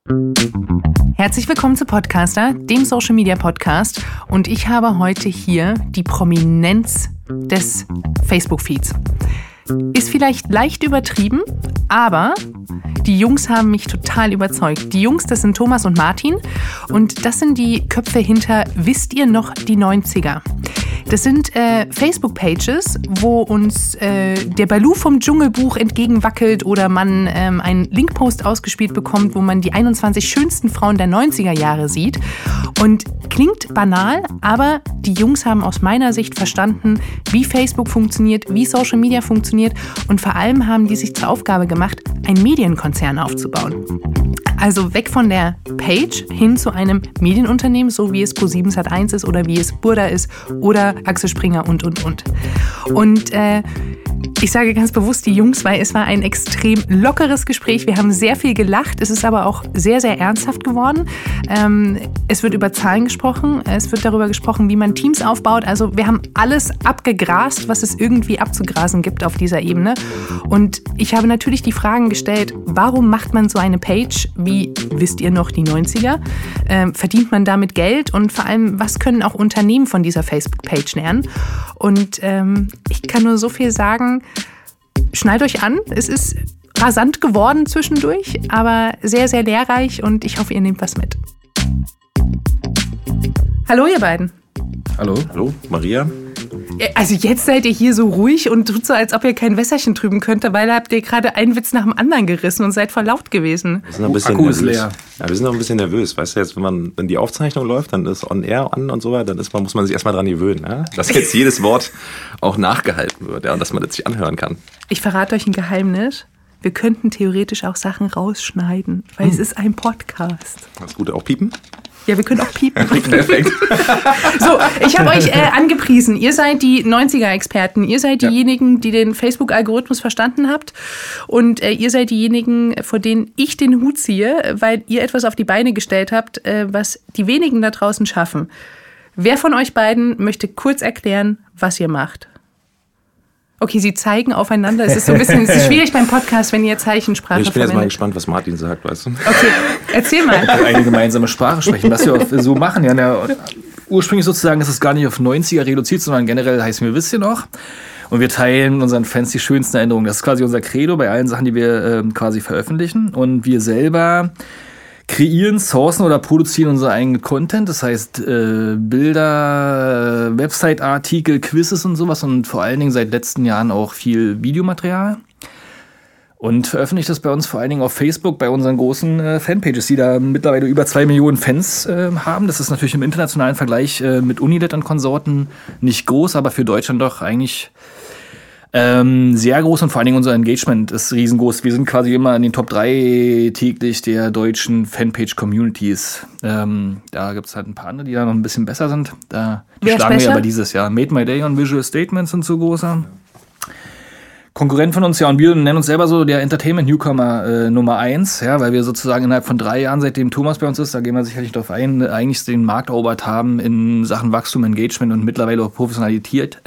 Herzlich willkommen zu Podcaster, dem Social Media Podcast. Und ich habe heute hier die Prominenz des Facebook-Feeds. Ist vielleicht leicht übertrieben, aber die Jungs haben mich total überzeugt. Die Jungs, das sind Thomas und Martin. Und das sind die Köpfe hinter Wisst ihr noch die 90er? Das sind Facebook-Pages, wo uns der Baloo vom Dschungelbuch entgegenwackelt oder man einen Linkpost ausgespielt bekommt, wo man die 21 schönsten Frauen der 90er Jahre sieht. Und klingt banal, aber die Jungs haben aus meiner Sicht verstanden, wie Facebook funktioniert, wie Social Media funktioniert und vor allem haben die sich zur Aufgabe gemacht, einen Medienkonzern aufzubauen. Also weg von der Page hin zu einem Medienunternehmen, so wie es ProSieben Sat.1 ist oder wie es Burda ist oder Axel Springer und. Und ich sage ganz bewusst die Jungs, weil es war ein extrem lockeres Gespräch. Wir haben sehr viel gelacht. Es ist aber auch sehr, sehr ernsthaft geworden. Es wird über Zahlen gesprochen. Es wird darüber gesprochen, wie man Teams aufbaut. Also wir haben alles abgegrast, was es irgendwie abzugrasen gibt auf dieser Ebene. Und ich habe natürlich die Fragen gestellt, warum macht man so eine Page wie Wisst ihr noch die 90er? Verdient man damit Geld? Und vor allem, was können auch Unternehmen von dieser Facebook-Page lernen? Und ich kann nur so viel sagen, schnallt euch an. Es ist rasant geworden zwischendurch, aber sehr, sehr lehrreich und ich hoffe, ihr nehmt was mit. Hallo, ihr beiden. Hallo. Hallo, Maria. Also jetzt seid ihr hier so ruhig und tut so, als ob ihr kein Wässerchen trüben könnt. Dabei habt ihr gerade einen Witz nach dem anderen gerissen und seid voll laut gewesen. Wir sind noch ein bisschen Akku ist leer. Ja, wir sind noch ein bisschen nervös. Weißt du, jetzt, wenn die Aufzeichnung läuft, dann ist On-Air an und so weiter, dann muss man sich erstmal dran gewöhnen. Ja? Dass jetzt jedes Wort auch nachgehalten wird, ja? Und dass man das sich anhören kann. Ich verrate euch ein Geheimnis. Wir könnten theoretisch auch Sachen rausschneiden, weil es ist ein Podcast. Das Gute, auch piepen? Ja, wir können auch piepen. Perfekt. So, ich habe euch angepriesen. Ihr seid die 90er-Experten. Ihr seid diejenigen, die den Facebook-Algorithmus verstanden habt. Und ihr seid diejenigen, vor denen ich den Hut ziehe, weil ihr etwas auf die Beine gestellt habt, was die wenigen da draußen schaffen. Wer von euch beiden möchte kurz erklären, was ihr macht? Okay, sie zeigen aufeinander. Es ist so ein bisschen schwierig beim Podcast, wenn ihr Zeichensprache Ich bin jetzt mal gespannt, was Martin sagt, weißt du? Okay, erzähl mal. Eine gemeinsame Sprache sprechen, was wir auch so machen. Ja, ursprünglich sozusagen ist es gar nicht auf 90er reduziert, sondern generell heißen wir Wisst ihr noch. Und wir teilen unseren Fans die schönsten Erinnerungen. Das ist quasi unser Credo bei allen Sachen, die wir quasi veröffentlichen. Und wir selber kreieren, sourcen oder produzieren unseren eigenen Content, das heißt Bilder, Website-Artikel, Quizzes und sowas und vor allen Dingen seit letzten Jahren auch viel Videomaterial und veröffentlichen das bei uns vor allen Dingen auf Facebook bei unseren großen Fanpages, die da mittlerweile über 2 Millionen Fans haben. Das ist natürlich im internationalen Vergleich mit Unilet und Konsorten nicht groß, aber für Deutschland doch eigentlich sehr groß und vor allen Dingen unser Engagement ist riesengroß. Wir sind quasi immer in den Top 3 täglich der deutschen Fanpage-Communities. Da gibt es halt ein paar andere, die da noch ein bisschen besser sind. Die schlagen wir aber dieses Jahr. Made My Day und Visual Statements sind so großer. Konkurrent von uns, ja, und wir nennen uns selber so der Entertainment-Newcomer Nummer 1, ja, weil wir sozusagen innerhalb von 3 Jahren, seitdem Thomas bei uns ist, da gehen wir sicherlich darauf ein, eigentlich den Markt erobert haben in Sachen Wachstum, Engagement und mittlerweile auch Professionalität.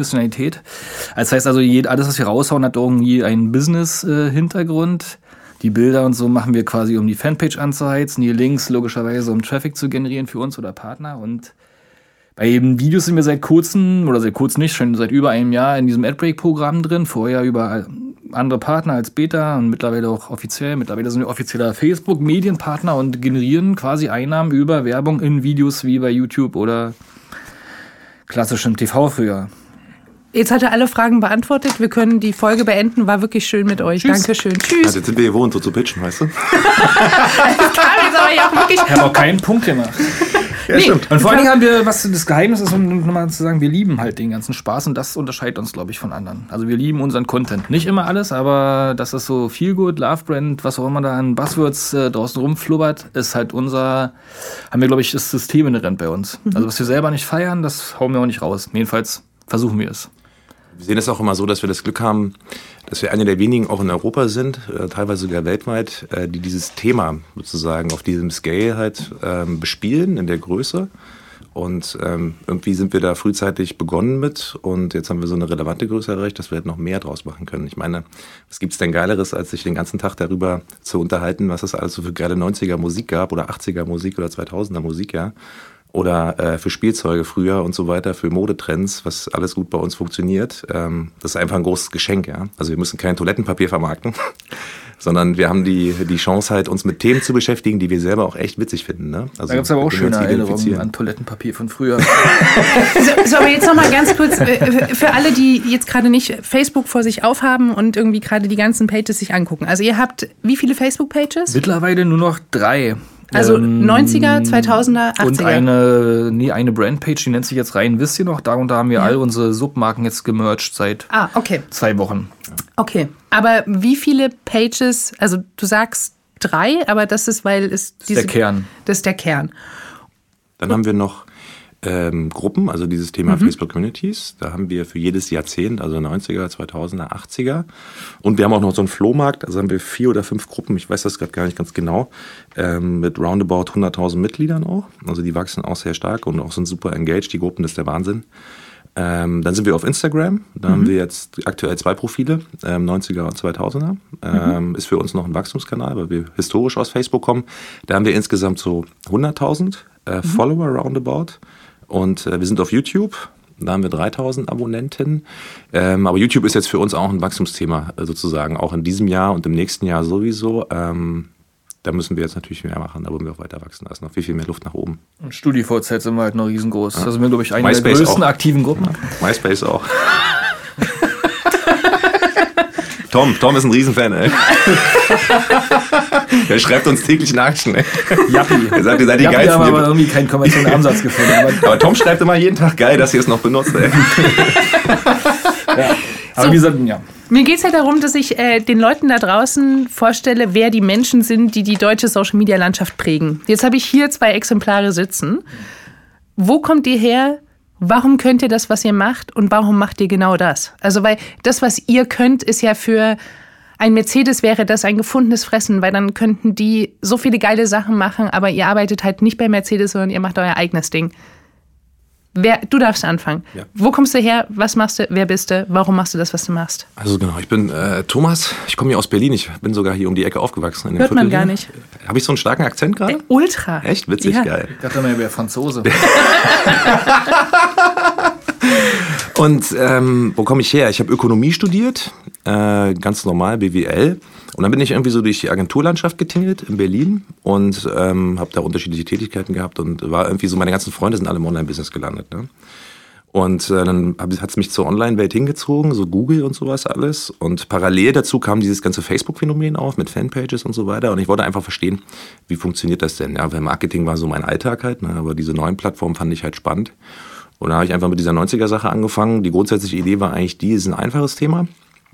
Das heißt also, alles, was wir raushauen, hat irgendwie einen Business-Hintergrund. Die Bilder und so machen wir quasi, um die Fanpage anzuheizen, die Links logischerweise, um Traffic zu generieren für uns oder Partner und bei den Videos sind wir seit kurzem, oder seit kurzem nicht, schon seit über einem Jahr in diesem AdBreak-Programm drin. Vorher über andere Partner als Beta und mittlerweile auch offiziell. Mittlerweile sind wir offizieller Facebook-Medienpartner und generieren quasi Einnahmen über Werbung in Videos wie bei YouTube oder klassischem TV früher. Jetzt hat er alle Fragen beantwortet. Wir können die Folge beenden. War wirklich schön mit euch. Tschüss. Dankeschön. Tschüss. Also jetzt sind wir gewohnt, so zu pitchen, weißt du? Das kam jetzt aber ja auch wirklich. Wir haben auch keinen Punkt gemacht. Ja, stimmt. Und vor allem haben wir, was das Geheimnis ist, um nochmal zu sagen, wir lieben halt den ganzen Spaß und das unterscheidet uns, glaube ich, von anderen. Also wir lieben unseren Content. Nicht immer alles, aber das ist so Feel Good, Love Brand, was auch immer da an Buzzwords draußen rumflubbert, ist halt haben wir, glaube ich, das System inhärent bei uns. Also was wir selber nicht feiern, das hauen wir auch nicht raus. Jedenfalls versuchen wir es. Wir sehen es auch immer so, dass wir das Glück haben, dass wir eine der wenigen auch in Europa sind, teilweise sogar weltweit, die dieses Thema sozusagen auf diesem Scale halt bespielen, in der Größe Und irgendwie sind wir da frühzeitig begonnen mit und jetzt haben wir so eine relevante Größe erreicht, dass wir halt noch mehr draus machen können. Ich meine, was gibt's denn Geileres, als sich den ganzen Tag darüber zu unterhalten, was es alles so für geile 90er Musik gab oder 80er Musik oder 2000er Musik, ja. Oder für Spielzeuge früher und so weiter, für Modetrends, was alles gut bei uns funktioniert. Das ist einfach ein großes Geschenk, ja. Also wir müssen kein Toilettenpapier vermarkten, sondern wir haben die Chance halt, uns mit Themen zu beschäftigen, die wir selber auch echt witzig finden. Ne? Also, da gibt es aber auch schöne Erinnerungen an Toilettenpapier von früher. So, aber jetzt nochmal ganz kurz, für alle, die jetzt gerade nicht Facebook vor sich aufhaben und irgendwie gerade die ganzen Pages sich angucken. Also ihr habt wie viele Facebook-Pages? Mittlerweile nur noch 3. Also 90er, 2000er, 80er? Und eine Brandpage, die nennt sich jetzt rein, wisst ihr noch? Darunter haben wir all unsere Submarken jetzt gemerged seit 2 Wochen. Okay, aber wie viele Pages, also du sagst 3, aber das ist, weil es das ist der Kern. Dann haben wir noch Gruppen, also dieses Thema Facebook Communities. Da haben wir für jedes Jahrzehnt, also 90er, 2000er, 80er. Und wir haben auch noch so einen Flohmarkt, also haben wir 4 oder 5 Gruppen, ich weiß das gerade gar nicht ganz genau, mit roundabout 100.000 Mitgliedern auch. Also die wachsen auch sehr stark und auch sind super engaged, die Gruppen, das ist der Wahnsinn. Dann sind wir auf Instagram, da haben wir jetzt aktuell 2 Profile, 90er und 2000er. Ist für uns noch ein Wachstumskanal, weil wir historisch aus Facebook kommen. Da haben wir insgesamt so 100.000 Follower roundabout. Und wir sind auf YouTube, da haben wir 3.000 Abonnenten. Aber YouTube ist jetzt für uns auch ein Wachstumsthema sozusagen, auch in diesem Jahr und im nächsten Jahr sowieso. Da müssen wir jetzt natürlich mehr machen, da wollen wir auch weiter wachsen. Da ist noch viel, viel mehr Luft nach oben. Und StudiVZ sind wir halt noch riesengroß. Ja. Da sind wir, glaube ich, eine der größten aktiven Gruppen. Ja. MySpace auch. Tom ist ein Riesenfan, ey. Der schreibt uns täglich Nachrichten, ey. Jappi. Er sagt, ihr seid die Geilsten. Wir haben aber irgendwie keinen kommerziellen Ansatz gefunden. Aber Tom schreibt immer jeden Tag, geil, dass ihr es noch benutzt, ey. Ja. Aber wie gesagt, ja. Mir geht es ja darum, dass ich den Leuten da draußen vorstelle, wer die Menschen sind, die die deutsche Social-Media-Landschaft prägen. Jetzt habe ich hier 2 Exemplare sitzen. Wo kommt ihr her? Warum könnt ihr das, was ihr macht? Und warum macht ihr genau das? Also, weil das, was ihr könnt, ist ja für ein Mercedes wäre das ein gefundenes Fressen, weil dann könnten die so viele geile Sachen machen, aber ihr arbeitet halt nicht bei Mercedes, sondern ihr macht euer eigenes Ding. Du darfst anfangen. Ja. Wo kommst du her? Was machst du? Wer bist du? Warum machst du das, was du machst? Also genau, ich bin Thomas. Ich komme hier aus Berlin. Ich bin sogar hier um die Ecke aufgewachsen. In dem Hört man gar nicht. Habe ich so einen starken Akzent gerade? Ultra. Echt? Witzig, ja. Geil. Ich dachte mal, er wäre Franzose. Und wo komme ich her? Ich habe Ökonomie studiert, ganz normal, BWL. Und dann bin ich irgendwie so durch die Agenturlandschaft getingelt in Berlin und habe da unterschiedliche Tätigkeiten gehabt und war irgendwie so, meine ganzen Freunde sind alle im Online-Business gelandet. Ne? Und dann hat es mich zur Online-Welt hingezogen, so Google und sowas alles. Und parallel dazu kam dieses ganze Facebook-Phänomen auf mit Fanpages und so weiter. Und ich wollte einfach verstehen, wie funktioniert das denn? Ja, weil Marketing war so mein Alltag halt, ne? Aber diese neuen Plattformen fand ich halt spannend. Und da habe ich einfach mit dieser 90er-Sache angefangen. Die grundsätzliche Idee war eigentlich die, ist ein einfaches Thema.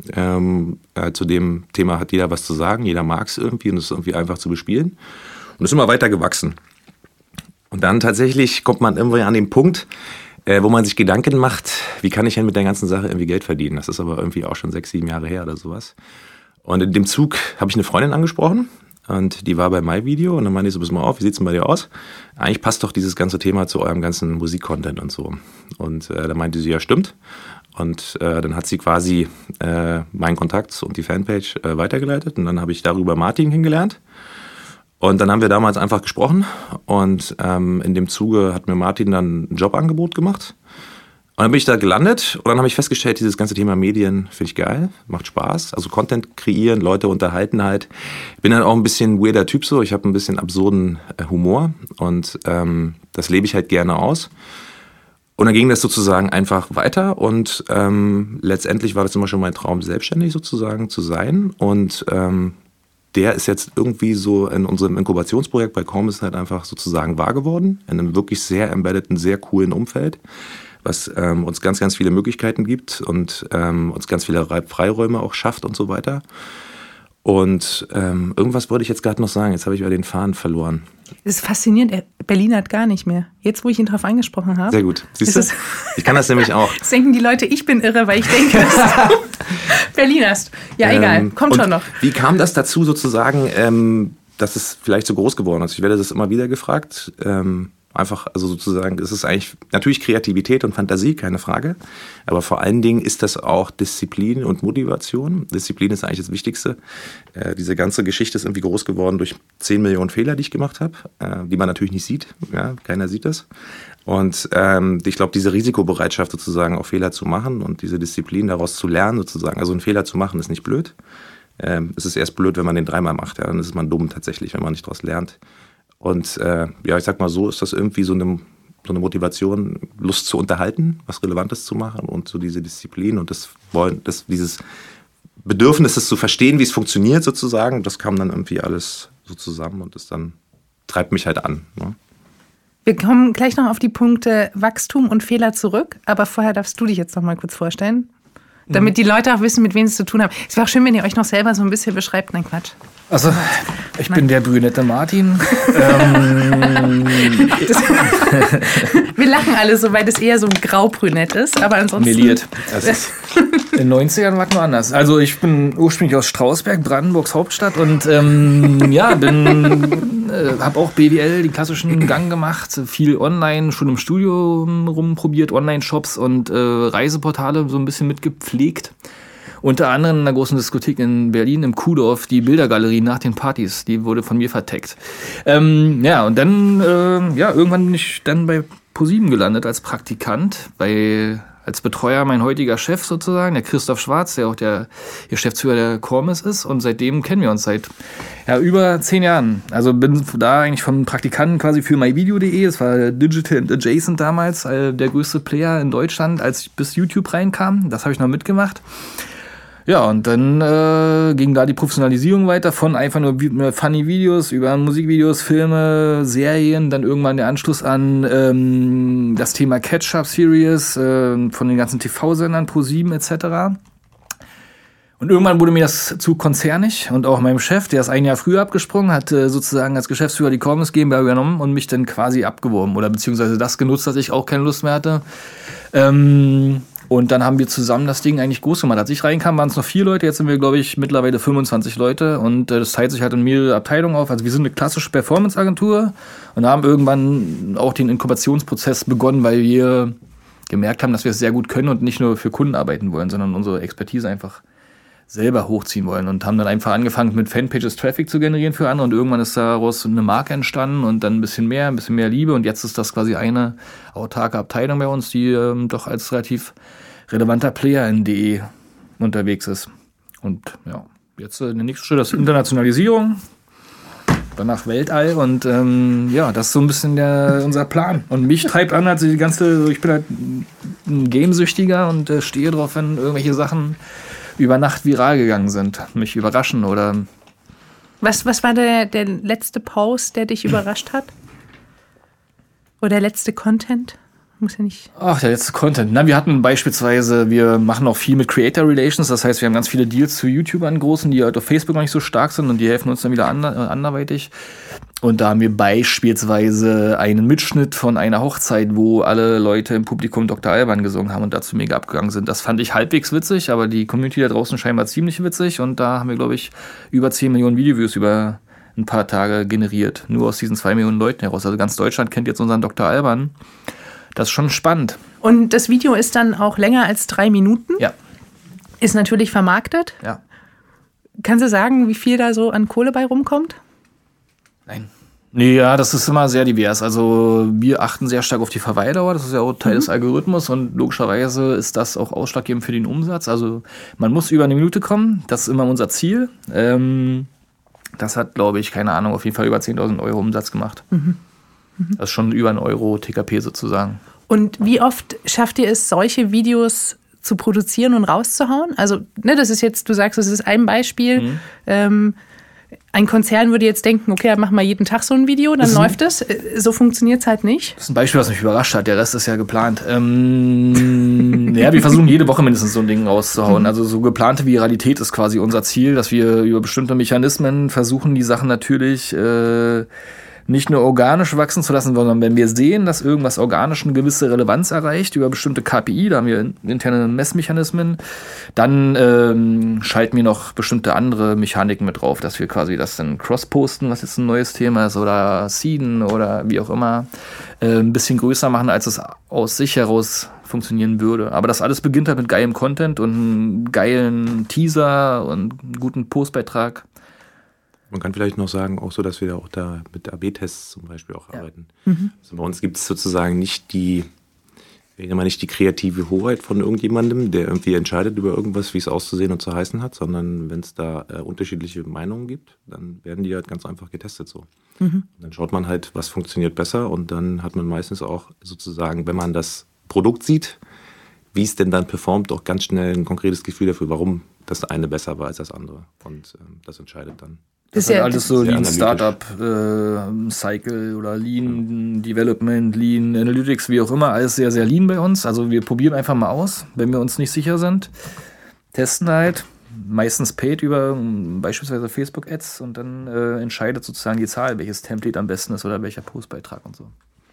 Zu dem Thema hat jeder was zu sagen, jeder mag es irgendwie und es ist irgendwie einfach zu bespielen. Und ist immer weiter gewachsen. Und dann tatsächlich kommt man irgendwie an den Punkt, wo man sich Gedanken macht, wie kann ich denn mit der ganzen Sache irgendwie Geld verdienen? Das ist aber irgendwie auch schon 6, 7 Jahre her oder sowas. Und in dem Zug habe ich eine Freundin angesprochen und die war bei MyVideo und dann meinte ich so, pass mal auf, wie sieht's denn bei dir aus? Eigentlich passt doch dieses ganze Thema zu eurem ganzen Musikcontent und so. Und da meinte sie, ja stimmt. Und dann hat sie quasi meinen Kontakt und die Fanpage weitergeleitet und dann habe ich darüber Martin kennengelernt. Und dann haben wir damals einfach gesprochen und in dem Zuge hat mir Martin dann ein Jobangebot gemacht. Und dann bin ich da gelandet und dann habe ich festgestellt, dieses ganze Thema Medien finde ich geil, macht Spaß. Also Content kreieren, Leute unterhalten halt. Ich bin halt auch ein bisschen weirder Typ so, ich habe ein bisschen absurden Humor und das lebe ich halt gerne aus. Und dann ging das sozusagen einfach weiter und letztendlich war das immer schon mein Traum, selbstständig sozusagen zu sein. Und der ist jetzt irgendwie so in unserem Inkubationsprojekt bei Commerce halt einfach sozusagen wahr geworden. In einem wirklich sehr embeddeden, sehr coolen Umfeld, was uns ganz, ganz viele Möglichkeiten gibt und uns ganz viele Freiräume auch schafft und so weiter. Und irgendwas wollte ich jetzt gerade noch sagen, jetzt habe ich über den Faden verloren. Das ist faszinierend, Berlin hat gar nicht mehr. Jetzt, wo ich ihn drauf angesprochen habe. Sehr gut, siehst du? Ich kann das nämlich auch. Jetzt denken die Leute, ich bin irre, weil ich denke, dass du Berlin hast. Ja, egal, kommt schon noch. Wie kam das dazu sozusagen, dass es vielleicht so groß geworden ist? Ich werde das immer wieder gefragt. Einfach, also sozusagen, es ist eigentlich natürlich Kreativität und Fantasie, keine Frage. Aber vor allen Dingen ist das auch Disziplin und Motivation. Disziplin ist eigentlich das Wichtigste. Diese ganze Geschichte ist irgendwie groß geworden durch 10 Millionen Fehler, die ich gemacht habe, die man natürlich nicht sieht. Ja, keiner sieht das. Und ich glaube, diese Risikobereitschaft sozusagen auch Fehler zu machen und diese Disziplin daraus zu lernen sozusagen. Also einen Fehler zu machen ist nicht blöd. Es ist erst blöd, wenn man den 3-mal macht. Ja, dann ist man dumm tatsächlich, wenn man nicht daraus lernt. Und ja, ich sag mal so, ist das irgendwie so eine Motivation, Lust zu unterhalten, was Relevantes zu machen und so diese Disziplin und dieses Bedürfnis, das zu verstehen, wie es funktioniert sozusagen, das kam dann irgendwie alles so zusammen und das dann treibt mich halt an. Ne? Wir kommen gleich noch auf die Punkte Wachstum und Fehler zurück, aber vorher darfst du dich jetzt noch mal kurz vorstellen, damit die Leute auch wissen, mit wem sie es zu tun haben. Es wäre auch schön, wenn ihr euch noch selber so ein bisschen beschreibt. Nein, Quatsch. Also, ich bin der brünette Martin. Wir lachen alle so, weil das eher so ein grau-brünett ist, aber ansonsten... Meliert. In den 90ern war es nur anders. Also ich bin ursprünglich aus Strausberg, Brandenburgs Hauptstadt und habe auch BWL, die klassischen Gang gemacht, viel online, schon im Studium rumprobiert, Online-Shops und Reiseportale so ein bisschen mitgepflegt. Unter anderem in einer großen Diskothek in Berlin, im Kuhdorf, die Bildergalerie nach den Partys, die wurde von mir verteckt. Und dann, irgendwann bin ich dann bei ProSieben gelandet als Praktikant, als Betreuer mein heutiger Chef sozusagen, der Christoph Schwarz, der auch der Geschäftsführer der Cormis ist. Und seitdem kennen wir uns seit über 10 Jahren. Also bin da eigentlich vom Praktikanten quasi für myvideo.de, das war Digital and Adjacent damals, der größte Player in Deutschland, als ich bis YouTube reinkam. Das habe ich noch mitgemacht. Ja, und dann ging da die Professionalisierung weiter von einfach nur funny Videos über Musikvideos, Filme, Serien, dann irgendwann der Anschluss an das Thema Catch-Up-Series von den ganzen TV-Sendern, ProSieben etc. Und irgendwann wurde mir das zu konzernig und auch meinem Chef, der ist ein Jahr früher abgesprungen, hat sozusagen als Geschäftsführer die Cormis GmbH übernommen und mich dann quasi abgeworben oder beziehungsweise das genutzt, dass ich auch keine Lust mehr hatte. Und dann haben wir zusammen das Ding eigentlich groß gemacht. Als ich reinkam, waren es noch 4 Leute, jetzt sind wir, glaube ich, mittlerweile 25 Leute und das teilt sich halt in mehrere Abteilungen auf. Also wir sind eine klassische Performance-Agentur und haben irgendwann auch den Inkubationsprozess begonnen, weil wir gemerkt haben, dass wir es sehr gut können und nicht nur für Kunden arbeiten wollen, sondern unsere Expertise einfach selber hochziehen wollen und haben dann einfach angefangen, mit Fanpages Traffic zu generieren für andere und irgendwann ist daraus eine Marke entstanden und dann ein bisschen mehr Liebe und jetzt ist das quasi eine autarke Abteilung bei uns, die doch als relativ relevanter Player in DE unterwegs ist. Und ja, jetzt der nächste Schritt ist Internationalisierung, danach Weltall und das ist so ein bisschen unser Plan. Und mich treibt an, also ich bin halt ein Gamesüchtiger und stehe drauf, wenn irgendwelche Sachen über Nacht viral gegangen sind, mich überraschen oder... Was war der letzte Post, der dich überrascht hat? Oder der letzte Content? Muss ja nicht... Ach, der letzte Content. Wir hatten beispielsweise, wir machen auch viel mit Creator Relations, das heißt, wir haben ganz viele Deals zu YouTubern großen, die halt auf Facebook noch nicht so stark sind und die helfen uns dann wieder anderweitig. Und da haben wir beispielsweise einen Mitschnitt von einer Hochzeit, wo alle Leute im Publikum Dr. Alban gesungen haben und dazu mega abgegangen sind. Das fand ich halbwegs witzig, aber die Community da draußen scheinbar ziemlich witzig. Und da haben wir, glaube ich, über 10 Millionen Videoviews über ein paar Tage generiert. Nur aus diesen 2 Millionen Leuten heraus. Also ganz Deutschland kennt jetzt unseren Dr. Alban. Das ist schon spannend. Und das Video ist dann auch länger als 3 Minuten? Ja. Ist natürlich vermarktet? Ja. Kannst du sagen, wie viel da so an Kohle bei rumkommt? Nein. Nee, ja, das ist immer sehr divers. Also wir achten sehr stark auf die Verweildauer. Das ist ja auch Teil des Algorithmus und logischerweise ist das auch ausschlaggebend für den Umsatz. Also man muss über 1 Minute kommen. Das ist immer unser Ziel. Das hat, glaube ich, keine Ahnung, auf jeden Fall über 10.000 Euro Umsatz gemacht. Das ist schon über 1 Euro TKP sozusagen. Und wie oft schafft ihr es, solche Videos zu produzieren und rauszuhauen? Also, das ist jetzt, du sagst, das ist ein Beispiel. Ein Konzern würde jetzt denken, okay, machen wir jeden Tag so ein Video, dann läuft es. So funktioniert es halt nicht. Das ist ein Beispiel, was mich überrascht hat. Der Rest ist ja geplant. Wir versuchen jede Woche mindestens so ein Ding rauszuhauen. Also so geplante Viralität ist quasi unser Ziel, dass wir über bestimmte Mechanismen versuchen, die Sachen natürlich nicht nur organisch wachsen zu lassen, sondern wenn wir sehen, dass irgendwas organisch eine gewisse Relevanz erreicht über bestimmte KPI, da haben wir interne Messmechanismen, dann schalten wir noch bestimmte andere Mechaniken mit drauf, dass wir quasi das dann cross-posten, was jetzt ein neues Thema ist, oder seeden oder wie auch immer, ein bisschen größer machen, als es aus sich heraus funktionieren würde. Aber das alles beginnt halt mit geilem Content und einem geilen Teaser und einem guten Postbeitrag. Man kann vielleicht noch sagen, auch so, dass wir auch da mit AB-Tests zum Beispiel auch arbeiten. Also bei uns gibt es sozusagen nicht die kreative Hoheit von irgendjemandem, der irgendwie entscheidet über irgendwas, wie es auszusehen und zu heißen hat, sondern wenn es da unterschiedliche Meinungen gibt, dann werden die halt ganz einfach getestet so. Dann schaut man halt, was funktioniert besser und dann hat man meistens auch sozusagen, wenn man das Produkt sieht, wie es denn dann performt, auch ganz schnell ein konkretes Gefühl dafür, warum das eine besser war als das andere. Und das entscheidet dann. Das ist ja alles so Lean Startup Cycle oder Lean Development, Lean Analytics, wie auch immer, alles sehr, sehr lean bei uns. Also wir probieren einfach mal aus, wenn wir uns nicht sicher sind, testen halt, meistens paid über beispielsweise Facebook-Ads und dann entscheidet sozusagen die Zahl, welches Template am besten ist oder welcher Postbeitrag und so.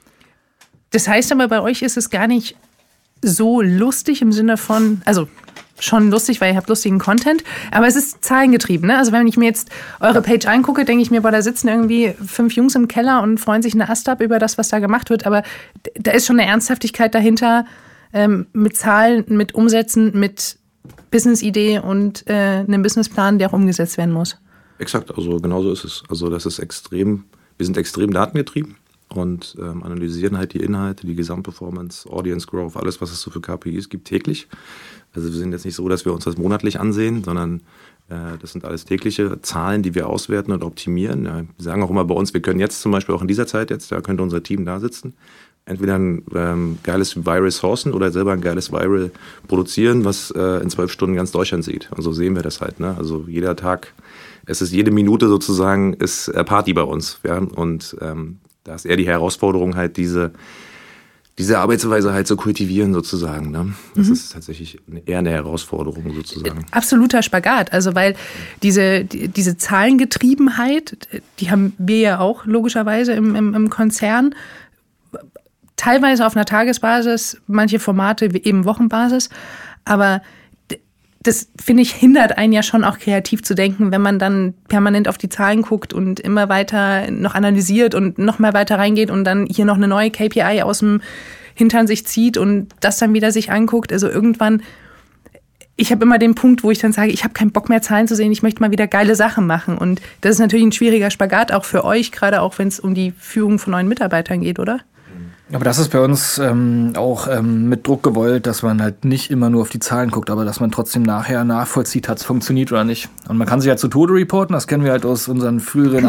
Das heißt aber, bei euch ist es gar nicht so lustig im Sinne von, also schon lustig, weil ihr habt lustigen Content, aber es ist zahlengetrieben, ne? Also wenn ich mir jetzt eure Page angucke, denke ich mir, boah, da sitzen irgendwie 5 Jungs im Keller und freuen sich eine Ast ab über das, was da gemacht wird, aber da ist schon eine Ernsthaftigkeit dahinter, mit Zahlen, mit Umsätzen, mit Business-Idee und einem Businessplan, der auch umgesetzt werden muss. Exakt, also genauso ist es. Also das ist wir sind extrem datengetrieben und analysieren halt die Inhalte, die Gesamtperformance, Audience Growth, alles, was es so für KPIs gibt, täglich. Also wir sind jetzt nicht so, dass wir uns das monatlich ansehen, sondern das sind alles tägliche Zahlen, die wir auswerten und optimieren. Ja, wir sagen auch immer bei uns, wir können jetzt zum Beispiel auch in dieser Zeit jetzt, da könnte unser Team da sitzen, entweder ein geiles Viral sourcen oder selber ein geiles Viral produzieren, was in 12 Stunden ganz Deutschland sieht. Und so sehen wir das halt. Ne? Also jeder Tag, jede Minute sozusagen ist Party bei uns. Ja? Und da ist eher die Herausforderung halt diese Arbeitsweise halt zu kultivieren sozusagen. Ne? Das ist tatsächlich eher eine Herausforderung sozusagen. Absoluter Spagat, also weil diese Zahlengetriebenheit, die haben wir ja auch logischerweise im Konzern, teilweise auf einer Tagesbasis, manche Formate eben Wochenbasis, aber das, finde ich, hindert einen ja schon auch kreativ zu denken, wenn man dann permanent auf die Zahlen guckt und immer weiter noch analysiert und noch mal weiter reingeht und dann hier noch eine neue KPI aus dem Hintern sich zieht und das dann wieder sich anguckt. Also irgendwann, ich habe immer den Punkt, wo ich dann sage, ich habe keinen Bock mehr Zahlen zu sehen, ich möchte mal wieder geile Sachen machen. Und das ist natürlich ein schwieriger Spagat auch für euch, gerade auch wenn es um die Führung von neuen Mitarbeitern geht, oder? Aber das ist bei uns auch mit Druck gewollt, dass man halt nicht immer nur auf die Zahlen guckt, aber dass man trotzdem nachher nachvollzieht, hat es funktioniert oder nicht. Und man kann sich halt zu Tode reporten, das kennen wir halt aus unseren früheren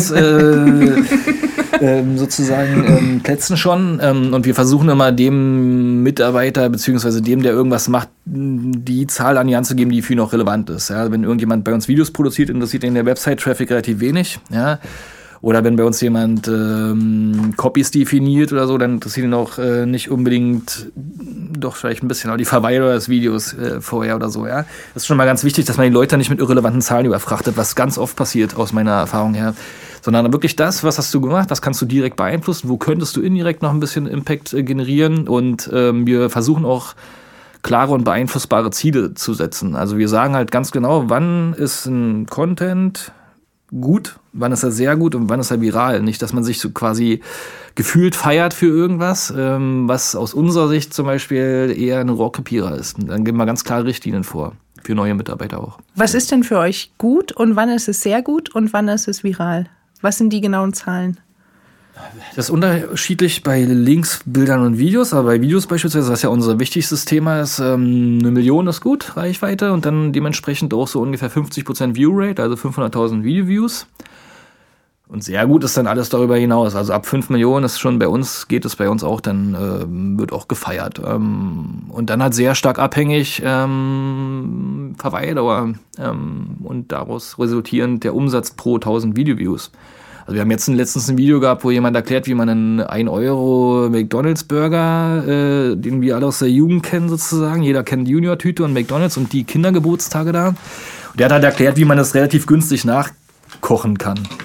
sozusagen Plätzen schon. Und wir versuchen immer dem Mitarbeiter beziehungsweise dem, der irgendwas macht, die Zahl an die Hand zu geben, die für ihn auch relevant ist. Ja? Wenn irgendjemand bei uns Videos produziert, interessiert ihn der Website-Traffic relativ wenig. Ja? Oder wenn bei uns jemand Copies definiert oder so, dann interessiert ihn auch nicht unbedingt, doch vielleicht ein bisschen, aber die Verweildauer des Videos vorher oder so. Ja, das ist schon mal ganz wichtig, dass man die Leute nicht mit irrelevanten Zahlen überfrachtet, was ganz oft passiert aus meiner Erfahrung her, sondern wirklich das, was hast du gemacht, was kannst du direkt beeinflussen, wo könntest du indirekt noch ein bisschen Impact generieren und wir versuchen auch klare und beeinflussbare Ziele zu setzen. Also wir sagen halt ganz genau, wann ist ein Content gut, wann ist er sehr gut und wann ist er viral. Nicht, dass man sich so quasi gefühlt feiert für irgendwas, was aus unserer Sicht zum Beispiel eher ein Rohrkrepierer ist. Und dann geben wir ganz klare Richtlinien vor, für neue Mitarbeiter auch. Was ist denn für euch gut und wann ist es sehr gut und wann ist es viral? Was sind die genauen Zahlen? Das ist unterschiedlich bei Links, Bildern und Videos, aber bei Videos beispielsweise, was ja unser wichtigstes Thema ist, 1 Million ist gut, Reichweite und dann dementsprechend auch so ungefähr 50% Viewrate, also 500.000 Video-Views. Und sehr gut ist dann alles darüber hinaus, also ab 5 Millionen ist schon bei uns, geht es bei uns auch, dann wird auch gefeiert. Und dann halt sehr stark abhängig Verweildauer und daraus resultierend der Umsatz pro 1000 Video-Views. Also wir haben jetzt letztens ein Video gehabt, wo jemand erklärt, wie man einen 1 Euro McDonalds-Burger, den wir alle aus der Jugend kennen sozusagen, jeder kennt Junior-Tüte und McDonalds und die Kindergeburtstage da. Und der hat halt erklärt, wie man das relativ günstig nachkochen kann.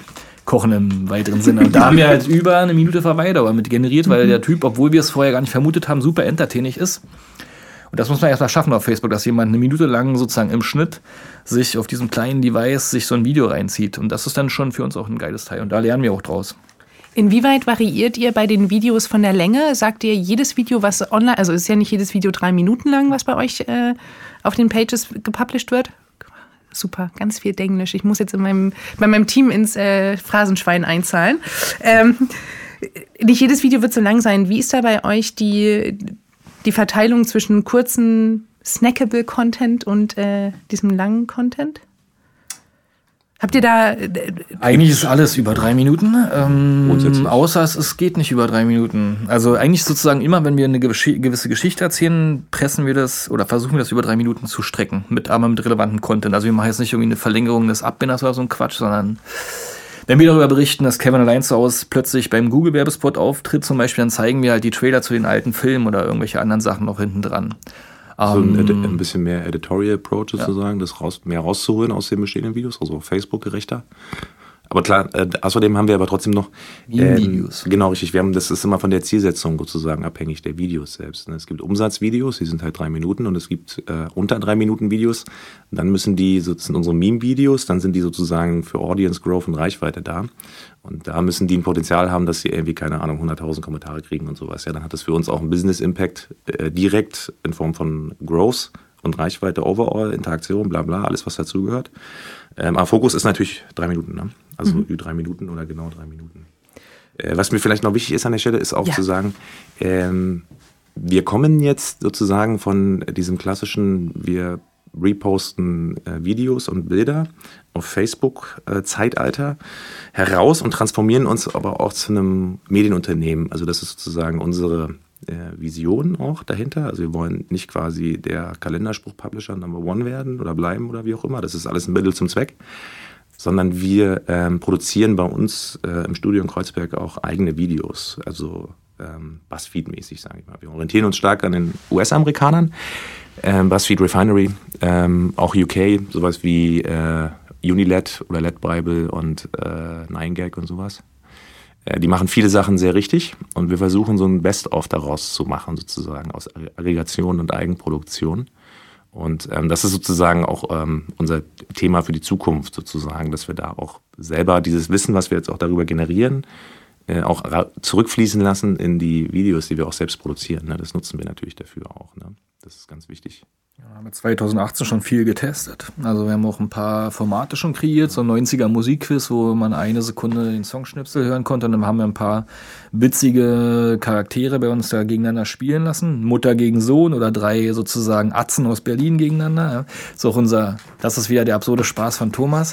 Kochen im weiteren Sinne. Und da haben wir halt über eine Minute Verweildauer mit generiert, weil der Typ, obwohl wir es vorher gar nicht vermutet haben, super entertaining ist. Und das muss man erstmal schaffen auf Facebook, dass jemand eine Minute lang sozusagen im Schnitt sich auf diesem kleinen Device sich so ein Video reinzieht. Und das ist dann schon für uns auch ein geiles Teil. Und da lernen wir auch draus. Inwieweit variiert ihr bei den Videos von der Länge? Sagt ihr, jedes Video, was online, also ist ja nicht jedes Video 3 Minuten lang, was bei euch auf den Pages gepublished wird? Super, ganz viel Denglisch. Ich muss jetzt bei meinem Team ins Phrasenschwein einzahlen. Nicht jedes Video wird so lang sein. Wie ist da bei euch die Verteilung zwischen kurzen snackable Content und diesem langen Content? Habt ihr da... Eigentlich ist alles über 3 Minuten, außer es geht nicht über 3 Minuten. Also eigentlich sozusagen immer, wenn wir eine gewisse Geschichte erzählen, pressen wir das oder versuchen wir das über 3 Minuten zu strecken, aber mit relevantem Content. Also wir machen jetzt nicht irgendwie eine Verlängerung des Abbinders oder so ein Quatsch, sondern wenn wir darüber berichten, dass Kevin allein zu Hause plötzlich beim Google-Werbespot auftritt zum Beispiel, dann zeigen wir halt die Trailer zu den alten Filmen oder irgendwelche anderen Sachen noch hinten dran. So ein bisschen mehr Editorial Approach sozusagen, das mehr rauszuholen aus den bestehenden Videos, also auf Facebook gerechter. Aber klar, außerdem haben wir aber trotzdem noch Videos. Genau, richtig. Das ist immer von der Zielsetzung sozusagen abhängig, der Videos selbst. Es gibt Umsatzvideos, die sind halt 3 Minuten und es gibt unter 3 Minuten Videos. Dann das sind unsere Meme-Videos, dann sind die sozusagen für Audience Growth und Reichweite da. Und da müssen die ein Potenzial haben, dass sie irgendwie, keine Ahnung, 100.000 Kommentare kriegen und sowas. Ja, dann hat das für uns auch einen Business Impact direkt in Form von Growth und Reichweite, Overall, Interaktion, bla bla, alles was dazugehört. Aber Fokus ist natürlich 3 Minuten, ne? Also 3 Minuten oder genau 3 Minuten. Was mir vielleicht noch wichtig ist an der Stelle, ist auch zu sagen, wir kommen jetzt sozusagen von diesem klassischen, wir reposten Videos und Bilder auf Facebook Zeitalter heraus und transformieren uns aber auch zu einem Medienunternehmen. Also das ist sozusagen unsere Vision auch dahinter. Also wir wollen nicht quasi der Kalenderspruch-Publisher Number One werden oder bleiben oder wie auch immer. Das ist alles ein Mittel zum Zweck. Sondern wir produzieren bei uns im Studio in Kreuzberg auch eigene Videos. Also Buzzfeed-mäßig, sage ich mal. Wir orientieren uns stark an den US-Amerikanern. Buzzfeed Refinery, auch UK, sowas wie Unilet oder LED Bible und 9gag und sowas. Die machen viele Sachen sehr richtig und wir versuchen so ein Best-of daraus zu machen, sozusagen aus Aggregation und Eigenproduktion. Und das ist sozusagen auch unser Thema für die Zukunft sozusagen, dass wir da auch selber dieses Wissen, was wir jetzt auch darüber generieren, auch zurückfließen lassen in die Videos, die wir auch selbst produzieren. Ne? Das nutzen wir natürlich dafür auch. Ne? Das ist ganz wichtig. Ja, wir haben 2018 schon viel getestet. Also wir haben auch ein paar Formate schon kreiert, so ein 90er Musikquiz, wo man 1 Sekunde den Songschnipsel hören konnte. Und dann haben wir ein paar witzige Charaktere bei uns da gegeneinander spielen lassen. Mutter gegen Sohn oder 3 sozusagen Atzen aus Berlin gegeneinander. Ja. Das ist wieder der absurde Spaß von Thomas.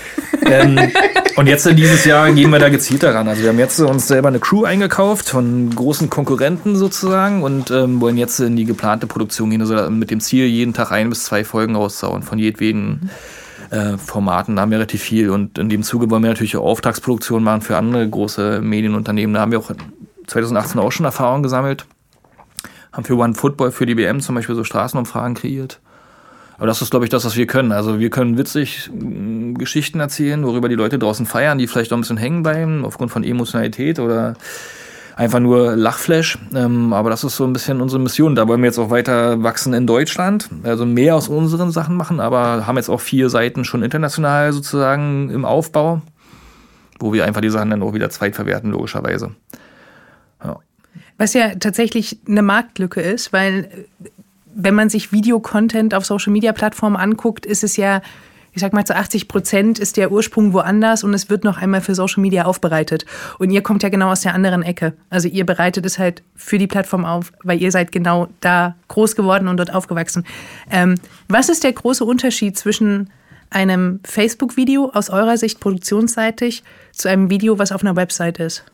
Und jetzt in dieses Jahr gehen wir da gezielt daran. Also wir haben jetzt uns selber eine Crew eingekauft von großen Konkurrenten sozusagen und wollen jetzt in die geplante Produktion gehen, also mit dem Ziel, jeden Tag 1 bis 2 Folgen rauszuhauen von jedweden Formaten. Da haben wir relativ viel und in dem Zuge wollen wir natürlich auch Auftragsproduktionen machen für andere große Medienunternehmen. Da haben wir auch 2018 auch schon Erfahrung gesammelt. Haben für OneFootball, für die WM zum Beispiel so Straßenumfragen kreiert. Aber das ist, glaube ich, das, was wir können. Also wir können witzig Geschichten erzählen, worüber die Leute draußen feiern, die vielleicht auch ein bisschen hängen bleiben, aufgrund von Emotionalität oder einfach nur Lachflash. Aber das ist so ein bisschen unsere Mission. Da wollen wir jetzt auch weiter wachsen in Deutschland, also mehr aus unseren Sachen machen, aber haben jetzt auch 4 Seiten schon international sozusagen im Aufbau, wo wir einfach die Sachen dann auch wieder zweitverwerten, logischerweise. Ja. Was ja tatsächlich eine Marktlücke ist, weil wenn man sich Videocontent auf Social-Media-Plattformen anguckt, ist es ja, ich sag mal, zu 80% ist der Ursprung woanders und es wird noch einmal für Social Media aufbereitet. Und ihr kommt ja genau aus der anderen Ecke. Also ihr bereitet es halt für die Plattform auf, weil ihr seid genau da groß geworden und dort aufgewachsen. Was ist der große Unterschied zwischen einem Facebook-Video aus eurer Sicht produktionsseitig zu einem Video, was auf einer Website ist?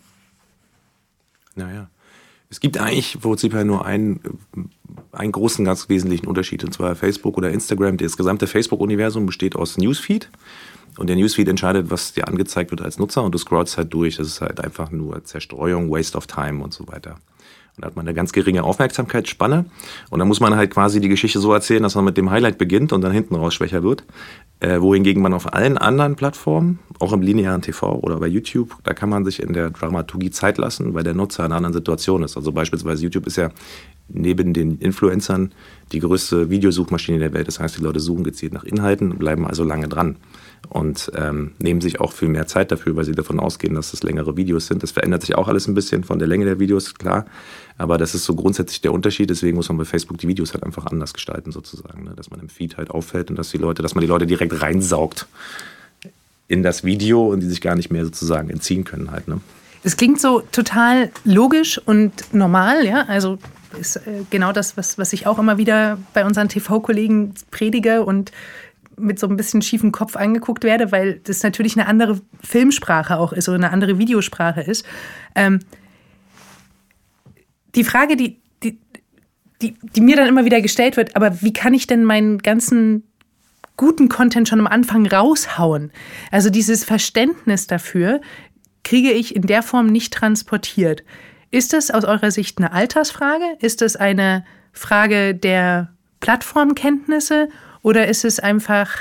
Naja. Es gibt eigentlich im Prinzip nur einen großen, ganz wesentlichen Unterschied, und zwar Facebook oder Instagram. Das gesamte Facebook-Universum besteht aus Newsfeed und der Newsfeed entscheidet, was dir angezeigt wird als Nutzer und du scrollst halt durch. Das ist halt einfach nur Zerstreuung, Waste of Time und so weiter. Da hat man eine ganz geringe Aufmerksamkeitsspanne und dann muss man halt quasi die Geschichte so erzählen, dass man mit dem Highlight beginnt und dann hinten raus schwächer wird. Wohingegen man auf allen anderen Plattformen, auch im linearen TV oder bei YouTube, da kann man sich in der Dramaturgie Zeit lassen, weil der Nutzer in einer anderen Situation ist. Also beispielsweise YouTube ist ja neben den Influencern die größte Videosuchmaschine der Welt. Das heißt, die Leute suchen gezielt nach Inhalten, bleiben also lange dran und nehmen sich auch viel mehr Zeit dafür, weil sie davon ausgehen, dass das längere Videos sind. Das verändert sich auch alles ein bisschen von der Länge der Videos, klar. Aber das ist so grundsätzlich der Unterschied. Deswegen muss man bei Facebook die Videos halt einfach anders gestalten sozusagen, ne? Dass man im Feed halt auffällt und dass man die Leute direkt reinsaugt in das Video und die sich gar nicht mehr sozusagen entziehen können halt, ne? Es klingt so total logisch und normal, ja. Also ist genau das, was ich auch immer wieder bei unseren TV-Kollegen predige und mit so ein bisschen schiefen Kopf angeguckt werde, weil das natürlich eine andere Filmsprache auch ist oder eine andere Videosprache ist. Die Frage, die mir dann immer wieder gestellt wird, aber wie kann ich denn meinen ganzen guten Content schon am Anfang raushauen? Also dieses Verständnis dafür kriege ich in der Form nicht transportiert. Ist das aus eurer Sicht eine Altersfrage? Ist das eine Frage der Plattformkenntnisse? Oder ist es einfach...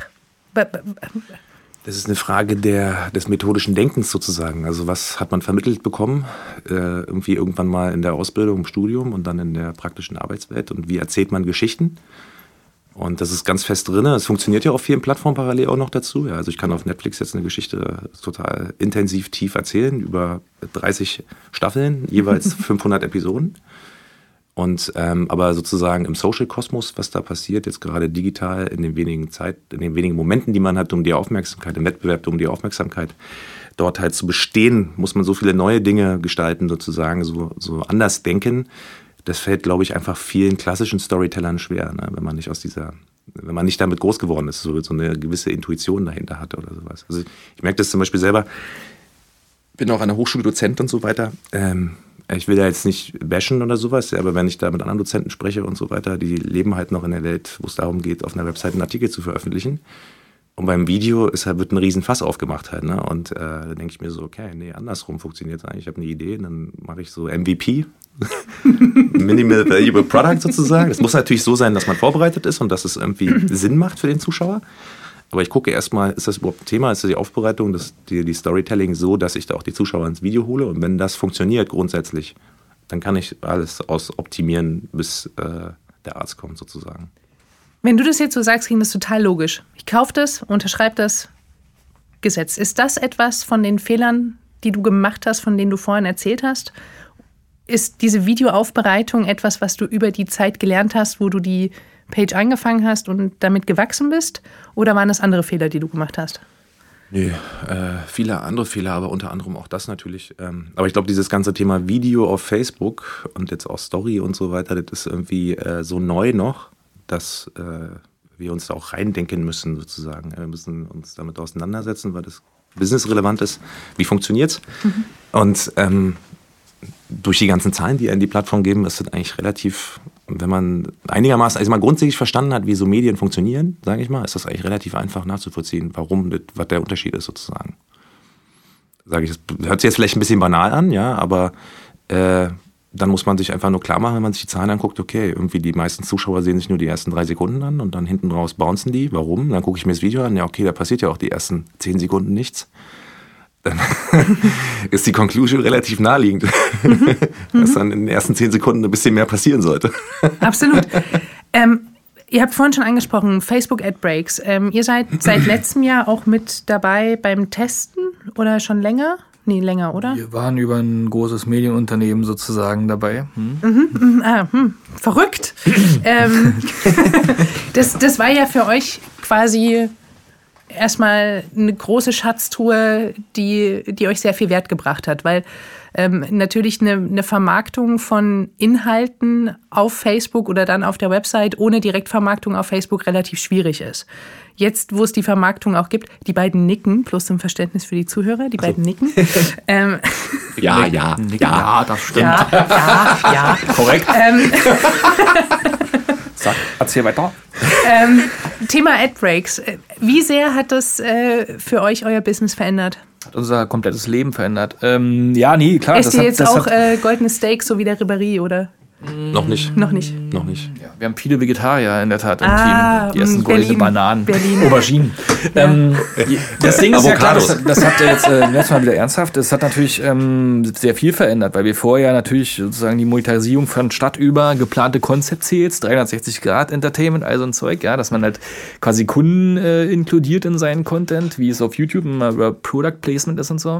Das ist eine Frage des methodischen Denkens sozusagen. Also was hat man vermittelt bekommen, irgendwie irgendwann mal in der Ausbildung, im Studium und dann in der praktischen Arbeitswelt und wie erzählt man Geschichten? Und das ist ganz fest drin. Es funktioniert ja auf vielen Plattformen parallel auch noch dazu. Ja, also ich kann auf Netflix jetzt eine Geschichte total intensiv tief erzählen, über 30 Staffeln, jeweils 500 Episoden. Und aber sozusagen im Social-Kosmos, was da passiert, jetzt gerade digital, in den wenigen Momenten, die man hat, um die Aufmerksamkeit, im Wettbewerb um die Aufmerksamkeit dort halt zu bestehen, muss man so viele neue Dinge gestalten, sozusagen, so anders denken. Das fällt, glaube ich, einfach vielen klassischen Storytellern schwer, ne? wenn man nicht damit groß geworden ist, so eine gewisse Intuition dahinter hat oder sowas. Also ich merke das zum Beispiel selber, bin auch an der Hochschule Dozent und so weiter. Ich will ja jetzt nicht bashen oder sowas, aber wenn ich da mit anderen Dozenten spreche und so weiter, die leben halt noch in der Welt, wo es darum geht, auf einer Website einen Artikel zu veröffentlichen. Und beim Video wird ein Riesenfass aufgemacht halt, ne? Und da denke ich mir so, okay, nee, andersrum funktioniert es eigentlich. Ich habe eine Idee, dann mache ich so MVP, Minimal Valuable Product sozusagen. Es muss natürlich so sein, dass man vorbereitet ist und dass es irgendwie Sinn macht für den Zuschauer. Aber ich gucke erstmal, ist das überhaupt ein Thema? Ist das die Aufbereitung, die Storytelling so, dass ich da auch die Zuschauer ins Video hole? Und wenn das funktioniert grundsätzlich, dann kann ich alles ausoptimieren, bis der Arzt kommt sozusagen. Wenn du das jetzt so sagst, klingt das total logisch. Ich kaufe das, unterschreibe das Gesetz. Ist das etwas von den Fehlern, die du gemacht hast, von denen du vorhin erzählt hast? Ist diese Videoaufbereitung etwas, was du über die Zeit gelernt hast, wo du die Page angefangen hast und damit gewachsen bist? Oder waren das andere Fehler, die du gemacht hast? Nee, viele andere Fehler, aber unter anderem auch das natürlich. Aber ich glaube, dieses ganze Thema Video auf Facebook und jetzt auch Story und so weiter, das ist irgendwie so neu noch, dass wir uns da auch reindenken müssen sozusagen. Wir müssen uns damit auseinandersetzen, weil das businessrelevant ist. Wie funktioniert's? Mhm. Und durch die ganzen Zahlen, die in die Plattform geben, ist es eigentlich relativ, wenn man einigermaßen, also mal grundsätzlich verstanden hat, wie so Medien funktionieren, sage ich mal, ist das eigentlich relativ einfach nachzuvollziehen, was der Unterschied ist sozusagen. Sage ich, das hört sich jetzt vielleicht ein bisschen banal an, ja, aber dann muss man sich einfach nur klar machen, wenn man sich die Zahlen anguckt, okay, irgendwie die meisten Zuschauer sehen sich nur die ersten 3 Sekunden an und dann hinten raus bouncen die. Warum? Dann gucke ich mir das Video an, ja okay, da passiert ja auch die ersten 10 Sekunden nichts. Dann ist die Conclusion relativ naheliegend, dass dann in den ersten 10 Sekunden ein bisschen mehr passieren sollte. Absolut. Ihr habt vorhin schon angesprochen, Facebook Ad Breaks. Ihr seid seit letztem Jahr auch mit dabei beim Testen oder schon länger? Nee, länger, oder? Wir waren über ein großes Medienunternehmen sozusagen dabei. Verrückt. Das war ja für euch quasi erstmal eine große Schatztruhe, die euch sehr viel Wert gebracht hat, weil natürlich eine Vermarktung von Inhalten auf Facebook oder dann auf der Website ohne Direktvermarktung auf Facebook relativ schwierig ist. Jetzt, wo es die Vermarktung auch gibt, die beiden nicken, bloß zum Verständnis für die Zuhörer, die beiden nicken. Ja, das stimmt. Ja. Korrekt. Sag, erzähl weiter. Thema Ad Breaks. Wie sehr hat das für euch euer Business verändert? Hat unser komplettes Leben verändert. Ja, nee, klar. Esst ihr jetzt auch goldene Steaks, so wie der Ribéry, oder? Noch nicht. Noch nicht. Noch nicht. Ja, wir haben viele Vegetarier in der Tat im Team. Die essen goldene Bananen, Auberginen. Ja. Das Ding ist ja klar, das hat jetzt letztes Mal wieder ernsthaft, das hat natürlich sehr viel verändert, weil wir vorher natürlich sozusagen die Monetarisierung von Stadt über geplante Concept Sales, 360-Grad-Entertainment, all so ein Zeug, ja, dass man halt quasi Kunden inkludiert in seinen Content, wie es auf YouTube immer über Product Placement ist und so.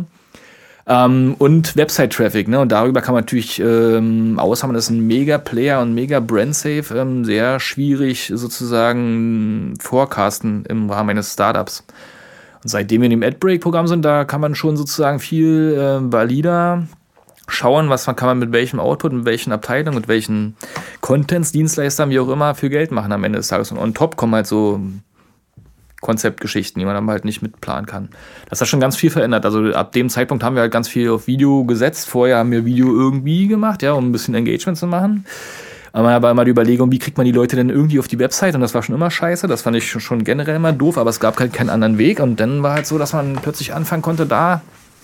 Und Website-Traffic, ne? Und darüber kann man natürlich, außer man ist ein Mega-Player und Mega-Brand-Safe, sehr schwierig sozusagen forecasten im Rahmen eines Startups. Und seitdem wir in dem Ad-Break-Programm sind, da kann man schon sozusagen viel valider schauen, kann man mit welchem Output, mit welchen Abteilungen, mit welchen Contents, Dienstleistern, wie auch immer, für Geld machen am Ende des Tages. Und on top kommen halt so Konzeptgeschichten, die man dann halt nicht mitplanen kann. Das hat schon ganz viel verändert. Also ab dem Zeitpunkt haben wir halt ganz viel auf Video gesetzt. Vorher haben wir Video irgendwie gemacht, ja, um ein bisschen Engagement zu machen. Aber man hat aber immer die Überlegung, wie kriegt man die Leute denn irgendwie auf die Website? Und das war schon immer scheiße. Das fand ich schon generell immer doof, aber es gab halt keinen anderen Weg. Und dann war halt so, dass man plötzlich anfangen konnte, da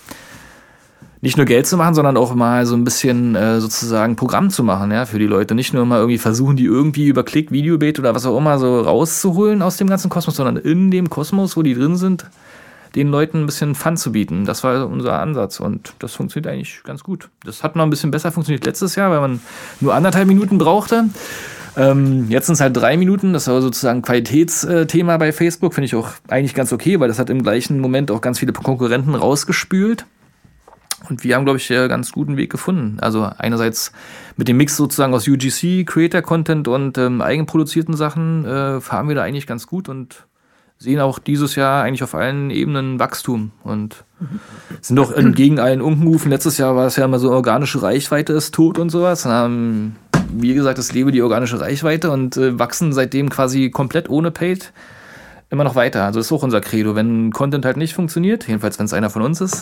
nicht nur Geld zu machen, sondern auch mal so ein bisschen sozusagen Programm zu machen, ja, für die Leute. Nicht nur mal irgendwie versuchen, die irgendwie über Klick, Videobait oder was auch immer so rauszuholen aus dem ganzen Kosmos, sondern in dem Kosmos, wo die drin sind, den Leuten ein bisschen Fun zu bieten. Das war unser Ansatz und das funktioniert eigentlich ganz gut. Das hat noch ein bisschen besser funktioniert letztes Jahr, weil man nur 1,5 Minuten brauchte. Jetzt sind es halt 3 Minuten, das war sozusagen Qualitätsthema bei Facebook, finde ich auch eigentlich ganz okay, weil das hat im gleichen Moment auch ganz viele Konkurrenten rausgespült. Und wir haben, glaube ich, einen ganz guten Weg gefunden. Also einerseits mit dem Mix sozusagen aus UGC, Creator-Content und eigenproduzierten Sachen fahren wir da eigentlich ganz gut und sehen auch dieses Jahr eigentlich auf allen Ebenen Wachstum und sind doch entgegen allen Unkenrufen. Letztes Jahr war es ja immer so, organische Reichweite ist tot und sowas. Dann haben, wie gesagt, das lebe die organische Reichweite und wachsen seitdem quasi komplett ohne Paid immer noch weiter. Also das ist auch unser Credo. Wenn Content halt nicht funktioniert, jedenfalls wenn es einer von uns ist,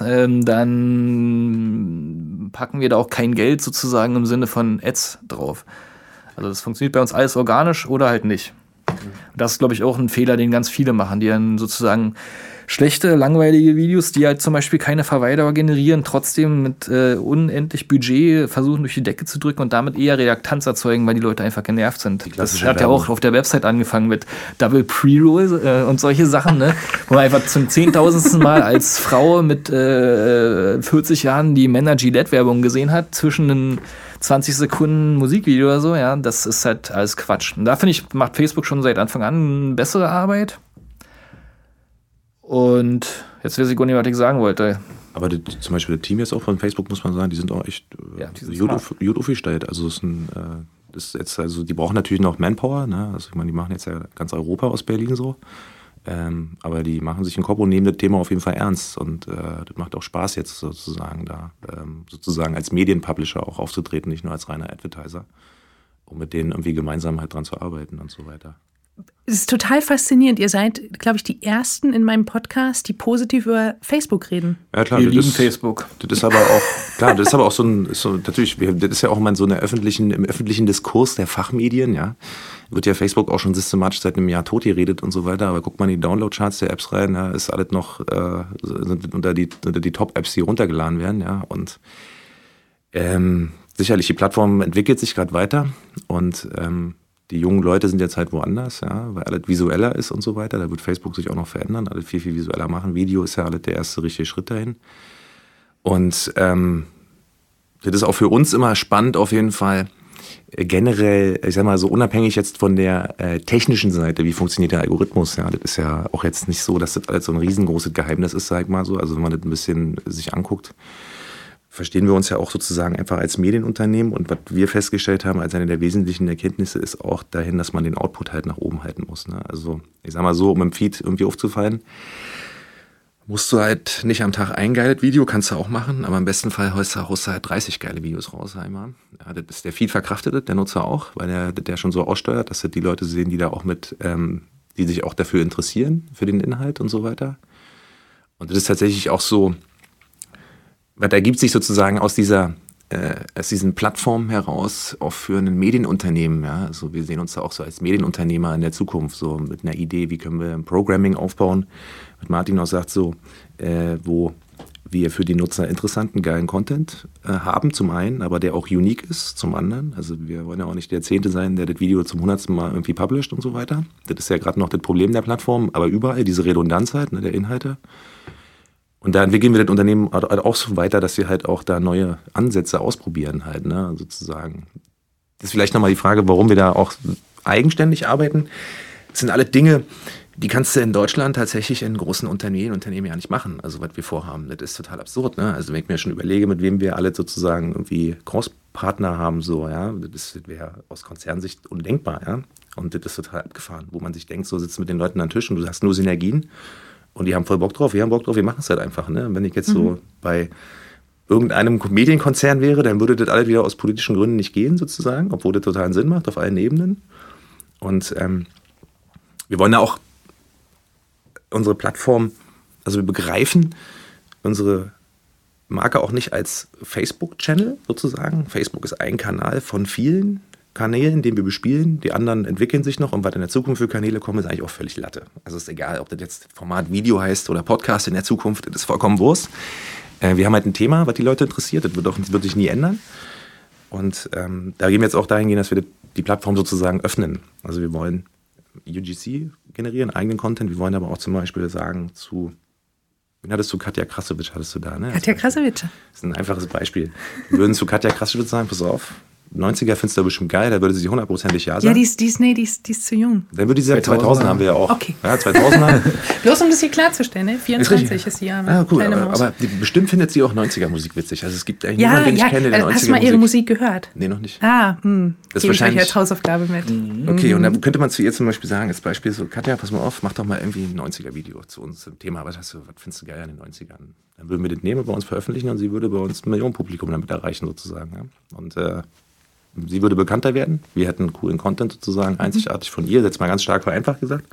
dann packen wir da auch kein Geld sozusagen im Sinne von Ads drauf. Also das funktioniert bei uns alles organisch oder halt nicht. Das ist, glaube ich, auch ein Fehler, den ganz viele machen, die dann sozusagen schlechte, langweilige Videos, die halt zum Beispiel keine Verweigerer generieren, trotzdem mit unendlich Budget versuchen durch die Decke zu drücken und damit eher Reaktanz erzeugen, weil die Leute einfach genervt sind. Das hat ja auch auf der Website angefangen mit Double Pre-Roll und solche Sachen, ne? Wo man einfach zum 10.000. Mal als Frau mit 40 Jahren die Männer-Gillette-Werbung gesehen hat, zwischen den 20 Sekunden Musikvideo oder so, ja, das ist halt alles Quatsch. Und da finde ich, macht Facebook schon seit Anfang an eine bessere Arbeit. Und jetzt weiß ich gar nicht, was ich sagen wollte. Aber zum Beispiel das Team jetzt auch von Facebook, muss man sagen, die sind auch echt gut aufgestellt. Also das ist jetzt, also die brauchen natürlich noch Manpower, ne? Also ich meine, die machen jetzt ja ganz Europa aus Berlin so. Aber die machen sich einen Kopf und nehmen das Thema auf jeden Fall ernst. Und das macht auch Spaß jetzt sozusagen da, sozusagen als Medienpublisher auch aufzutreten, nicht nur als reiner Advertiser, um mit denen irgendwie gemeinsam halt dran zu arbeiten und so weiter. Es ist total faszinierend. Ihr seid, glaube ich, die Ersten in meinem Podcast, die positiv über Facebook reden. Ja, klar. Wir lieben Facebook. Das ist aber auch, klar, das ist aber auch natürlich, das ist ja auch mal so im öffentlichen Diskurs der Fachmedien, ja. Wird ja Facebook auch schon systematisch seit einem Jahr totgeredet und so weiter, aber guckt mal in die Download-Charts der Apps rein, ja, ist alles noch sind unter die Top-Apps, die runtergeladen werden, ja. Und sicherlich, die Plattform entwickelt sich gerade weiter und die jungen Leute sind jetzt halt woanders, ja, weil alles visueller ist und so weiter. Da wird Facebook sich auch noch verändern, alles viel, viel visueller machen. Video ist ja alles der erste richtige Schritt dahin. Und das ist auch für uns immer spannend auf jeden Fall. Generell, ich sag mal so unabhängig jetzt von der technischen Seite, wie funktioniert der Algorithmus, ja, das ist ja auch jetzt nicht so, dass das alles so ein riesengroßes Geheimnis ist, sag ich mal so. Also wenn man das ein bisschen sich anguckt, verstehen wir uns ja auch sozusagen einfach als Medienunternehmen und was wir festgestellt haben als eine der wesentlichen Erkenntnisse ist auch dahin, dass man den Output halt nach oben halten muss. Ne? Also ich sag mal so, um im Feed irgendwie aufzufallen, musst du halt nicht am Tag ein geiles Video, kannst du auch machen, aber im besten Fall haust du halt 30 geile Videos raus einmal. Ja, das ist der Feed verkraftet das, der Nutzer auch, weil der schon so aussteuert, dass das die Leute sehen, die da auch mit, die sich auch dafür interessieren, für den Inhalt und so weiter. Und das ist tatsächlich auch so, was ergibt sich sozusagen aus diesen Plattformen heraus auch für ein Medienunternehmen. Ja? Also wir sehen uns da auch so als Medienunternehmer in der Zukunft, so mit einer Idee, wie können wir ein Programming aufbauen, was Martin auch sagt, so, wo wir für die Nutzer interessanten, geilen Content haben zum einen, aber der auch unique ist zum anderen. Also wir wollen ja auch nicht der Zehnte sein, der das Video zum 100. Mal irgendwie publisht und so weiter. Das ist ja gerade noch das Problem der Plattform, aber überall diese Redundanz halt, ne, der Inhalte. Und da entwickeln wir das Unternehmen auch so weiter, dass wir halt auch da neue Ansätze ausprobieren halt, ne, sozusagen. Das ist vielleicht nochmal die Frage, warum wir da auch eigenständig arbeiten. Das sind alle Dinge, die kannst du in Deutschland tatsächlich in großen Unternehmen ja nicht machen. Also was wir vorhaben, das ist total absurd. Ne? Also wenn ich mir schon überlege, mit wem wir alle sozusagen irgendwie Großpartner haben, so, ja, das wäre aus Konzernsicht undenkbar, ja. Und das ist total abgefahren, wo man sich denkt, so sitzt mit den Leuten an den Tisch und du hast nur Synergien und die haben voll Bock drauf, wir haben Bock drauf, wir machen es halt einfach. Ne? Wenn ich jetzt so bei irgendeinem Medienkonzern wäre, dann würde das alles wieder aus politischen Gründen nicht gehen, sozusagen, obwohl das totalen Sinn macht auf allen Ebenen. Und wir wollen da auch unsere Plattform, also wir begreifen unsere Marke auch nicht als Facebook-Channel sozusagen. Facebook ist ein Kanal von vielen Kanälen, den wir bespielen. Die anderen entwickeln sich noch und was in der Zukunft für Kanäle kommen, ist eigentlich auch völlig Latte. Also es ist egal, ob das jetzt Format Video heißt oder Podcast in der Zukunft, das ist vollkommen Wurst. Wir haben halt ein Thema, was die Leute interessiert, das wird sich nie ändern. Und da gehen wir jetzt auch dahingehend, dass wir die Plattform sozusagen öffnen. Also wir wollen UGC generieren, eigenen Content. Wir wollen aber auch zum Beispiel sagen wen hattest du? Katja Krasavice hattest du da, ne? Katja Krasavice. Das ist ein einfaches Beispiel. Wir würden zu Katja Krasavice sagen, pass auf, 90er findest du bestimmt geil, da würde sie 100%ig ja sagen. Ja, die ist zu jung. Dann würde sie sagen, 2000 haben wir ja auch. Okay. Ja, 2000er. Bloß um das hier klarzustellen, ne? 24 ist die Jahre. Ah, cool, aber bestimmt findet sie auch 90er-Musik witzig. Also es gibt eigentlich niemanden, den ich kenne, der 90er-Musik... Hast du mal ihre Musik gehört? Nee, noch nicht. Das ist gebe ich euch wahrscheinlich als Hausaufgabe mit. Okay, und dann könnte man zu ihr zum Beispiel sagen, als Beispiel so, Katja, pass mal auf, mach doch mal irgendwie ein 90er-Video zu uns zum Thema. Was findest du geil an den 90ern? Dann würden wir das nehmen, bei uns veröffentlichen und sie würde bei uns ein Millionenpublikum damit erreichen sozusagen. Ja? Und sie würde bekannter werden. Wir hätten coolen Content sozusagen, einzigartig von ihr, jetzt mal ganz stark vereinfacht gesagt.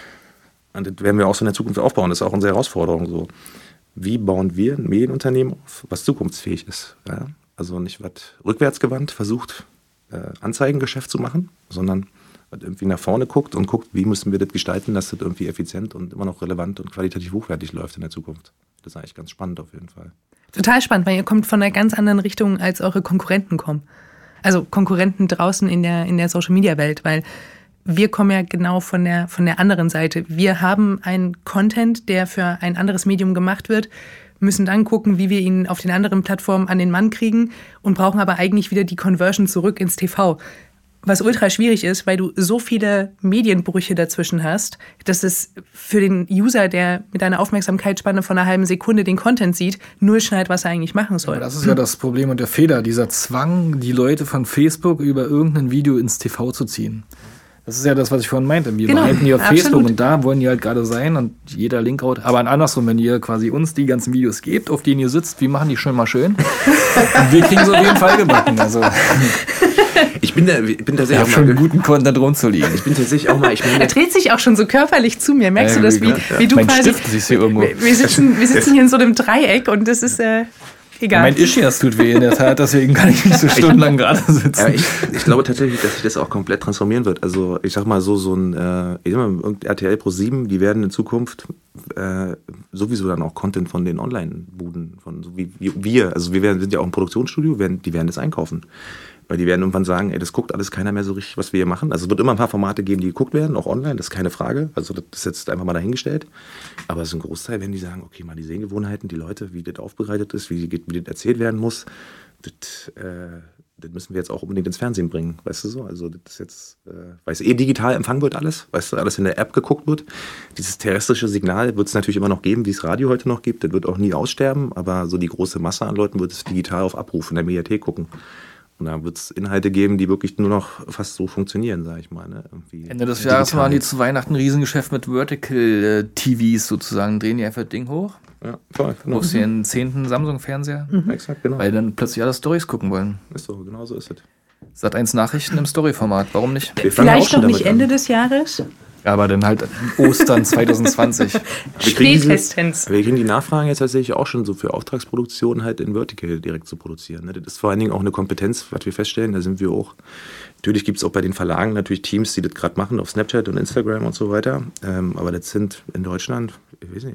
Und das werden wir auch so in der Zukunft aufbauen. Das ist auch unsere Herausforderung so. Wie bauen wir ein Medienunternehmen auf, was zukunftsfähig ist? Ja? Also nicht was rückwärtsgewandt versucht, Anzeigengeschäft zu machen, sondern was irgendwie nach vorne guckt und guckt, wie müssen wir das gestalten, dass das irgendwie effizient und immer noch relevant und qualitativ hochwertig läuft in der Zukunft. Das ist eigentlich ganz spannend auf jeden Fall. Total spannend, weil ihr kommt von einer ganz anderen Richtung, als eure Konkurrenten kommen. Also Konkurrenten draußen in der Social-Media-Welt, weil wir kommen ja genau von der anderen Seite. Wir haben einen Content, der für ein anderes Medium gemacht wird, müssen dann gucken, wie wir ihn auf den anderen Plattformen an den Mann kriegen und brauchen aber eigentlich wieder die Conversion zurück ins TV. Was ultra schwierig ist, weil du so viele Medienbrüche dazwischen hast, dass es für den User, der mit einer Aufmerksamkeitsspanne von einer halben Sekunde den Content sieht, null schneidet, was er eigentlich machen soll. Ja, das ist ja das Problem und der Fehler, dieser Zwang, die Leute von Facebook über irgendein Video ins TV zu ziehen. Das ist ja das, was ich vorhin meinte. Wir behalten die auf Facebook und da wollen die halt gerade sein und jeder Link haut. Aber andersrum, wenn ihr quasi uns die ganzen Videos gebt, auf denen ihr sitzt, wir machen die schon mal schön. Und wir kriegen sie auf jeden Fall gebacken. Also ich bin tatsächlich ich habe schon einen guten Content rumzuliegen. Ich bin tatsächlich auch mal... Er dreht sich auch schon so körperlich zu mir. Merkst du das, wie du mein quasi... Stift siehst du irgendwo. Wir sitzen hier in so einem Dreieck und das ist... Egal. Mein Ischias tut weh in der Tat, deswegen kann ich nicht so stundenlang gerade sitzen. Ja, ich glaube tatsächlich, dass sich das auch komplett transformieren wird. Also ich sag mal so ein RTL Pro7, die werden in Zukunft sowieso dann auch Content von den Online-Buden, von so wie wir, also sind ja auch ein Produktionsstudio, die werden das einkaufen. Weil die werden irgendwann sagen, ey, das guckt alles keiner mehr so richtig, was wir hier machen. Also es wird immer ein paar Formate geben, die geguckt werden, auch online, das ist keine Frage. Also das ist jetzt einfach mal dahingestellt. Aber so ein Großteil, wenn die sagen, okay, mal die Sehgewohnheiten, die Leute, wie das aufbereitet ist, wie das erzählt werden muss, das müssen wir jetzt auch unbedingt ins Fernsehen bringen, weißt du so? Also das ist jetzt, weil es digital empfangen wird alles, weißt du, alles in der App geguckt wird. Dieses terrestrische Signal wird es natürlich immer noch geben, wie es Radio heute noch gibt. Das wird auch nie aussterben, aber so die große Masse an Leuten wird es digital auf Abruf in der Mediathek gucken. Und da wird es Inhalte geben, die wirklich nur noch fast so funktionieren, sag ich mal. Ne? Ende des Jahres waren die zu Weihnachten ein Riesengeschäft mit Vertical TVs sozusagen. Drehen die einfach das Ding hoch. Ja, voll. Genau. Brauchst du den 10. Samsung-Fernseher? Exakt, genau. Weil dann plötzlich alle Storys gucken wollen. Ist so, genau so ist es. Sat.1 Nachrichten im Story-Format, warum nicht? Vielleicht noch nicht Ende des Jahres? Ja, aber dann halt Ostern 2020. Spätestens. Wir kriegen die Nachfragen jetzt tatsächlich auch schon so für Auftragsproduktionen halt in Vertical direkt zu produzieren. Das ist vor allen Dingen auch eine Kompetenz, was wir feststellen, da sind wir auch. Natürlich gibt es auch bei den Verlagen natürlich Teams, die das gerade machen auf Snapchat und Instagram und so weiter. Aber das sind in Deutschland, ich weiß nicht,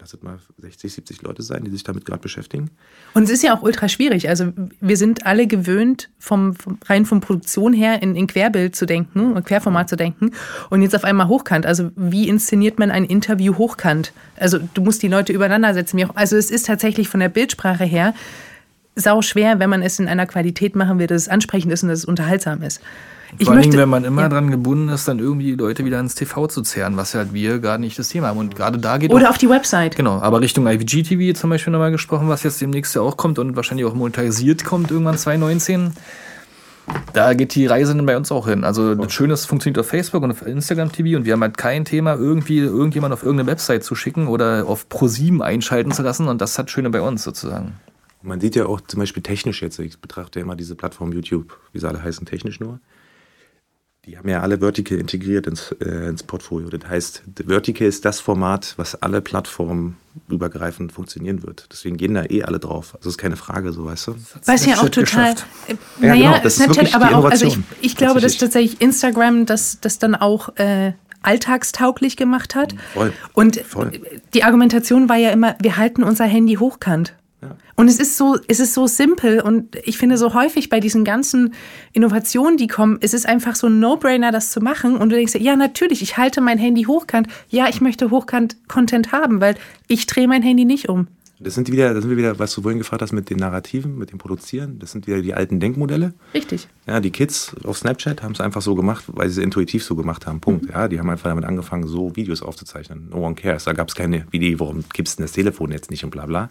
lass es mal 60, 70 Leute sein, die sich damit gerade beschäftigen. Und es ist ja auch ultra schwierig. Also wir sind alle gewöhnt, rein von Produktion her in Querbild zu denken und Querformat zu denken. Und jetzt auf einmal hochkant. Also wie inszeniert man ein Interview hochkant? Also du musst die Leute übereinander setzen. Also es ist tatsächlich von der Bildsprache her sau schwer, wenn man es in einer Qualität machen will, dass es ansprechend ist und dass es unterhaltsam ist. Vor allem, wenn man immer dran gebunden ist, dann irgendwie die Leute wieder ins TV zu zerren, was halt wir gar nicht das Thema haben. Und gerade da geht oder auf die Website. Genau, aber Richtung IWG-TV zum Beispiel nochmal gesprochen, was jetzt demnächst ja auch kommt und wahrscheinlich auch monetarisiert kommt, irgendwann 2019. Da geht die Reise dann bei uns auch hin. Also das Schöne ist, es funktioniert auf Facebook und auf Instagram TV und wir haben halt kein Thema, irgendjemand auf irgendeine Website zu schicken oder auf Pro7 einschalten zu lassen und das hat Schöne bei uns sozusagen. Man sieht ja auch zum Beispiel technisch jetzt, ich betrachte ja immer diese Plattform YouTube, wie sie alle heißen, technisch nur. Die haben ja alle Vertical integriert ins Portfolio. Das heißt, Vertical ist das Format, was alle Plattformen übergreifend funktionieren wird. Deswegen gehen da alle drauf. Also ist keine Frage, so weißt du. Was ja auch total. Ja, genau, das Snapchat, ist aber auch. Also Innovation. Ich glaube, dass tatsächlich Instagram das dann auch alltagstauglich gemacht hat. Voll. Und Voll. Die Argumentation war ja immer, wir halten unser Handy hochkant. Ja. Und es ist so simpel und ich finde so häufig bei diesen ganzen Innovationen, die kommen, es ist einfach so ein No-Brainer, das zu machen und du denkst, ja natürlich, ich halte mein Handy hochkant, ja, ich möchte hochkant-Content haben, weil ich drehe mein Handy nicht um. Das sind wir wieder, was du vorhin gefragt hast mit den Narrativen, mit dem Produzieren, das sind wieder die alten Denkmodelle. Richtig. Ja, die Kids auf Snapchat haben es einfach so gemacht, weil sie es intuitiv so gemacht haben, Punkt. Ja, die haben einfach damit angefangen, so Videos aufzuzeichnen. No one cares, da gab es keine Idee, warum gibst du das Telefon jetzt nicht und bla bla.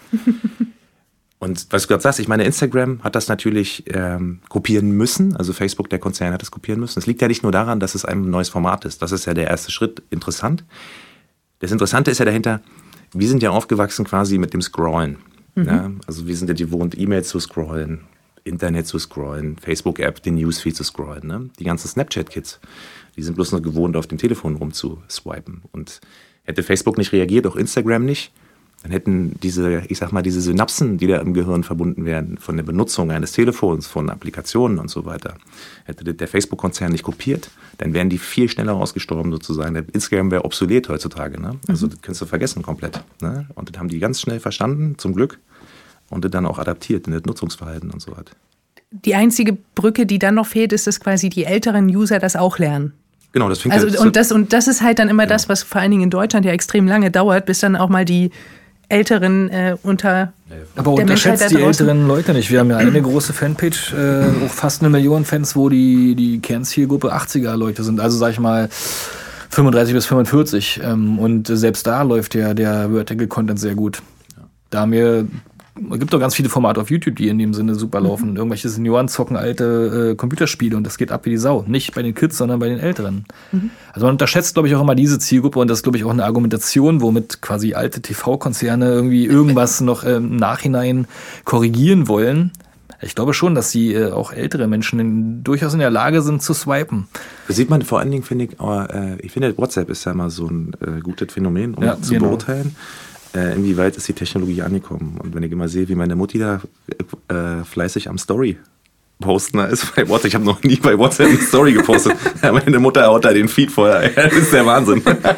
Und was du gerade sagst, ich meine, Instagram hat das natürlich kopieren müssen. Also Facebook, der Konzern, hat das kopieren müssen. Es liegt ja nicht nur daran, dass es ein neues Format ist. Das ist ja der erste Schritt. Interessant. Das Interessante ist ja dahinter, wir sind ja aufgewachsen quasi mit dem Scrollen. Ja? Also wir sind ja gewohnt, E-Mails zu scrollen, Internet zu scrollen, Facebook-App, den Newsfeed zu scrollen. Ne? Die ganzen Snapchat-Kids, die sind bloß noch gewohnt, auf dem Telefon rumzuswipen. Und hätte Facebook nicht reagiert, auch Instagram nicht, dann hätten diese Synapsen, die da im Gehirn verbunden werden, von der Benutzung eines Telefons, von Applikationen und so weiter, hätte der Facebook-Konzern nicht kopiert, dann wären die viel schneller ausgestorben sozusagen. Der Instagram wäre obsolet heutzutage. Ne? Also das kannst du vergessen komplett. Ne? Und das haben die ganz schnell verstanden, zum Glück, und das dann auch adaptiert in das Nutzungsverhalten und so weiter. Die einzige Brücke, die dann noch fehlt, ist, dass quasi die älteren User das auch lernen. Genau, das fängt also, und das ist halt dann immer das, was vor allen Dingen in Deutschland ja extrem lange dauert, bis dann auch mal die Älteren aber unterschätzt die älteren Leute nicht. Wir haben ja eine große Fanpage, auch fast 1 Million Fans, wo die Kernzielgruppe 80er-Leute sind. Also sag ich mal 35 bis 45. Und selbst da läuft der Vertical-Content sehr gut. Da gibt doch ganz viele Formate auf YouTube, die in dem Sinne super laufen. Irgendwelche Senioren zocken alte Computerspiele und das geht ab wie die Sau. Nicht bei den Kids, sondern bei den Älteren. Also man unterschätzt, glaube ich, auch immer diese Zielgruppe und das ist, glaube ich, auch eine Argumentation, womit quasi alte TV-Konzerne irgendwie irgendwas noch im Nachhinein korrigieren wollen. Ich glaube schon, dass sie auch ältere Menschen durchaus in der Lage sind zu swipen. Das sieht man vor allen Dingen, finde ich, aber ich finde, WhatsApp ist ja mal so ein gutes Phänomen, um zu beurteilen. Inwieweit ist die Technologie angekommen? Und wenn ich immer sehe, wie meine Mutti da fleißig am Story posten ist bei WhatsApp, ich habe noch nie bei WhatsApp eine Story gepostet. Meine Mutter haut da den Feed voll. Das ist der Wahnsinn.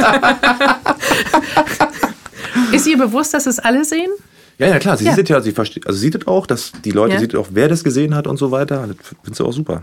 Ist ihr bewusst, dass es alle sehen? Ja, klar. Sie sieht ja, sie versteht, also sieht es auch, dass die Leute sieht auch, wer das gesehen hat und so weiter. Das findest du auch super.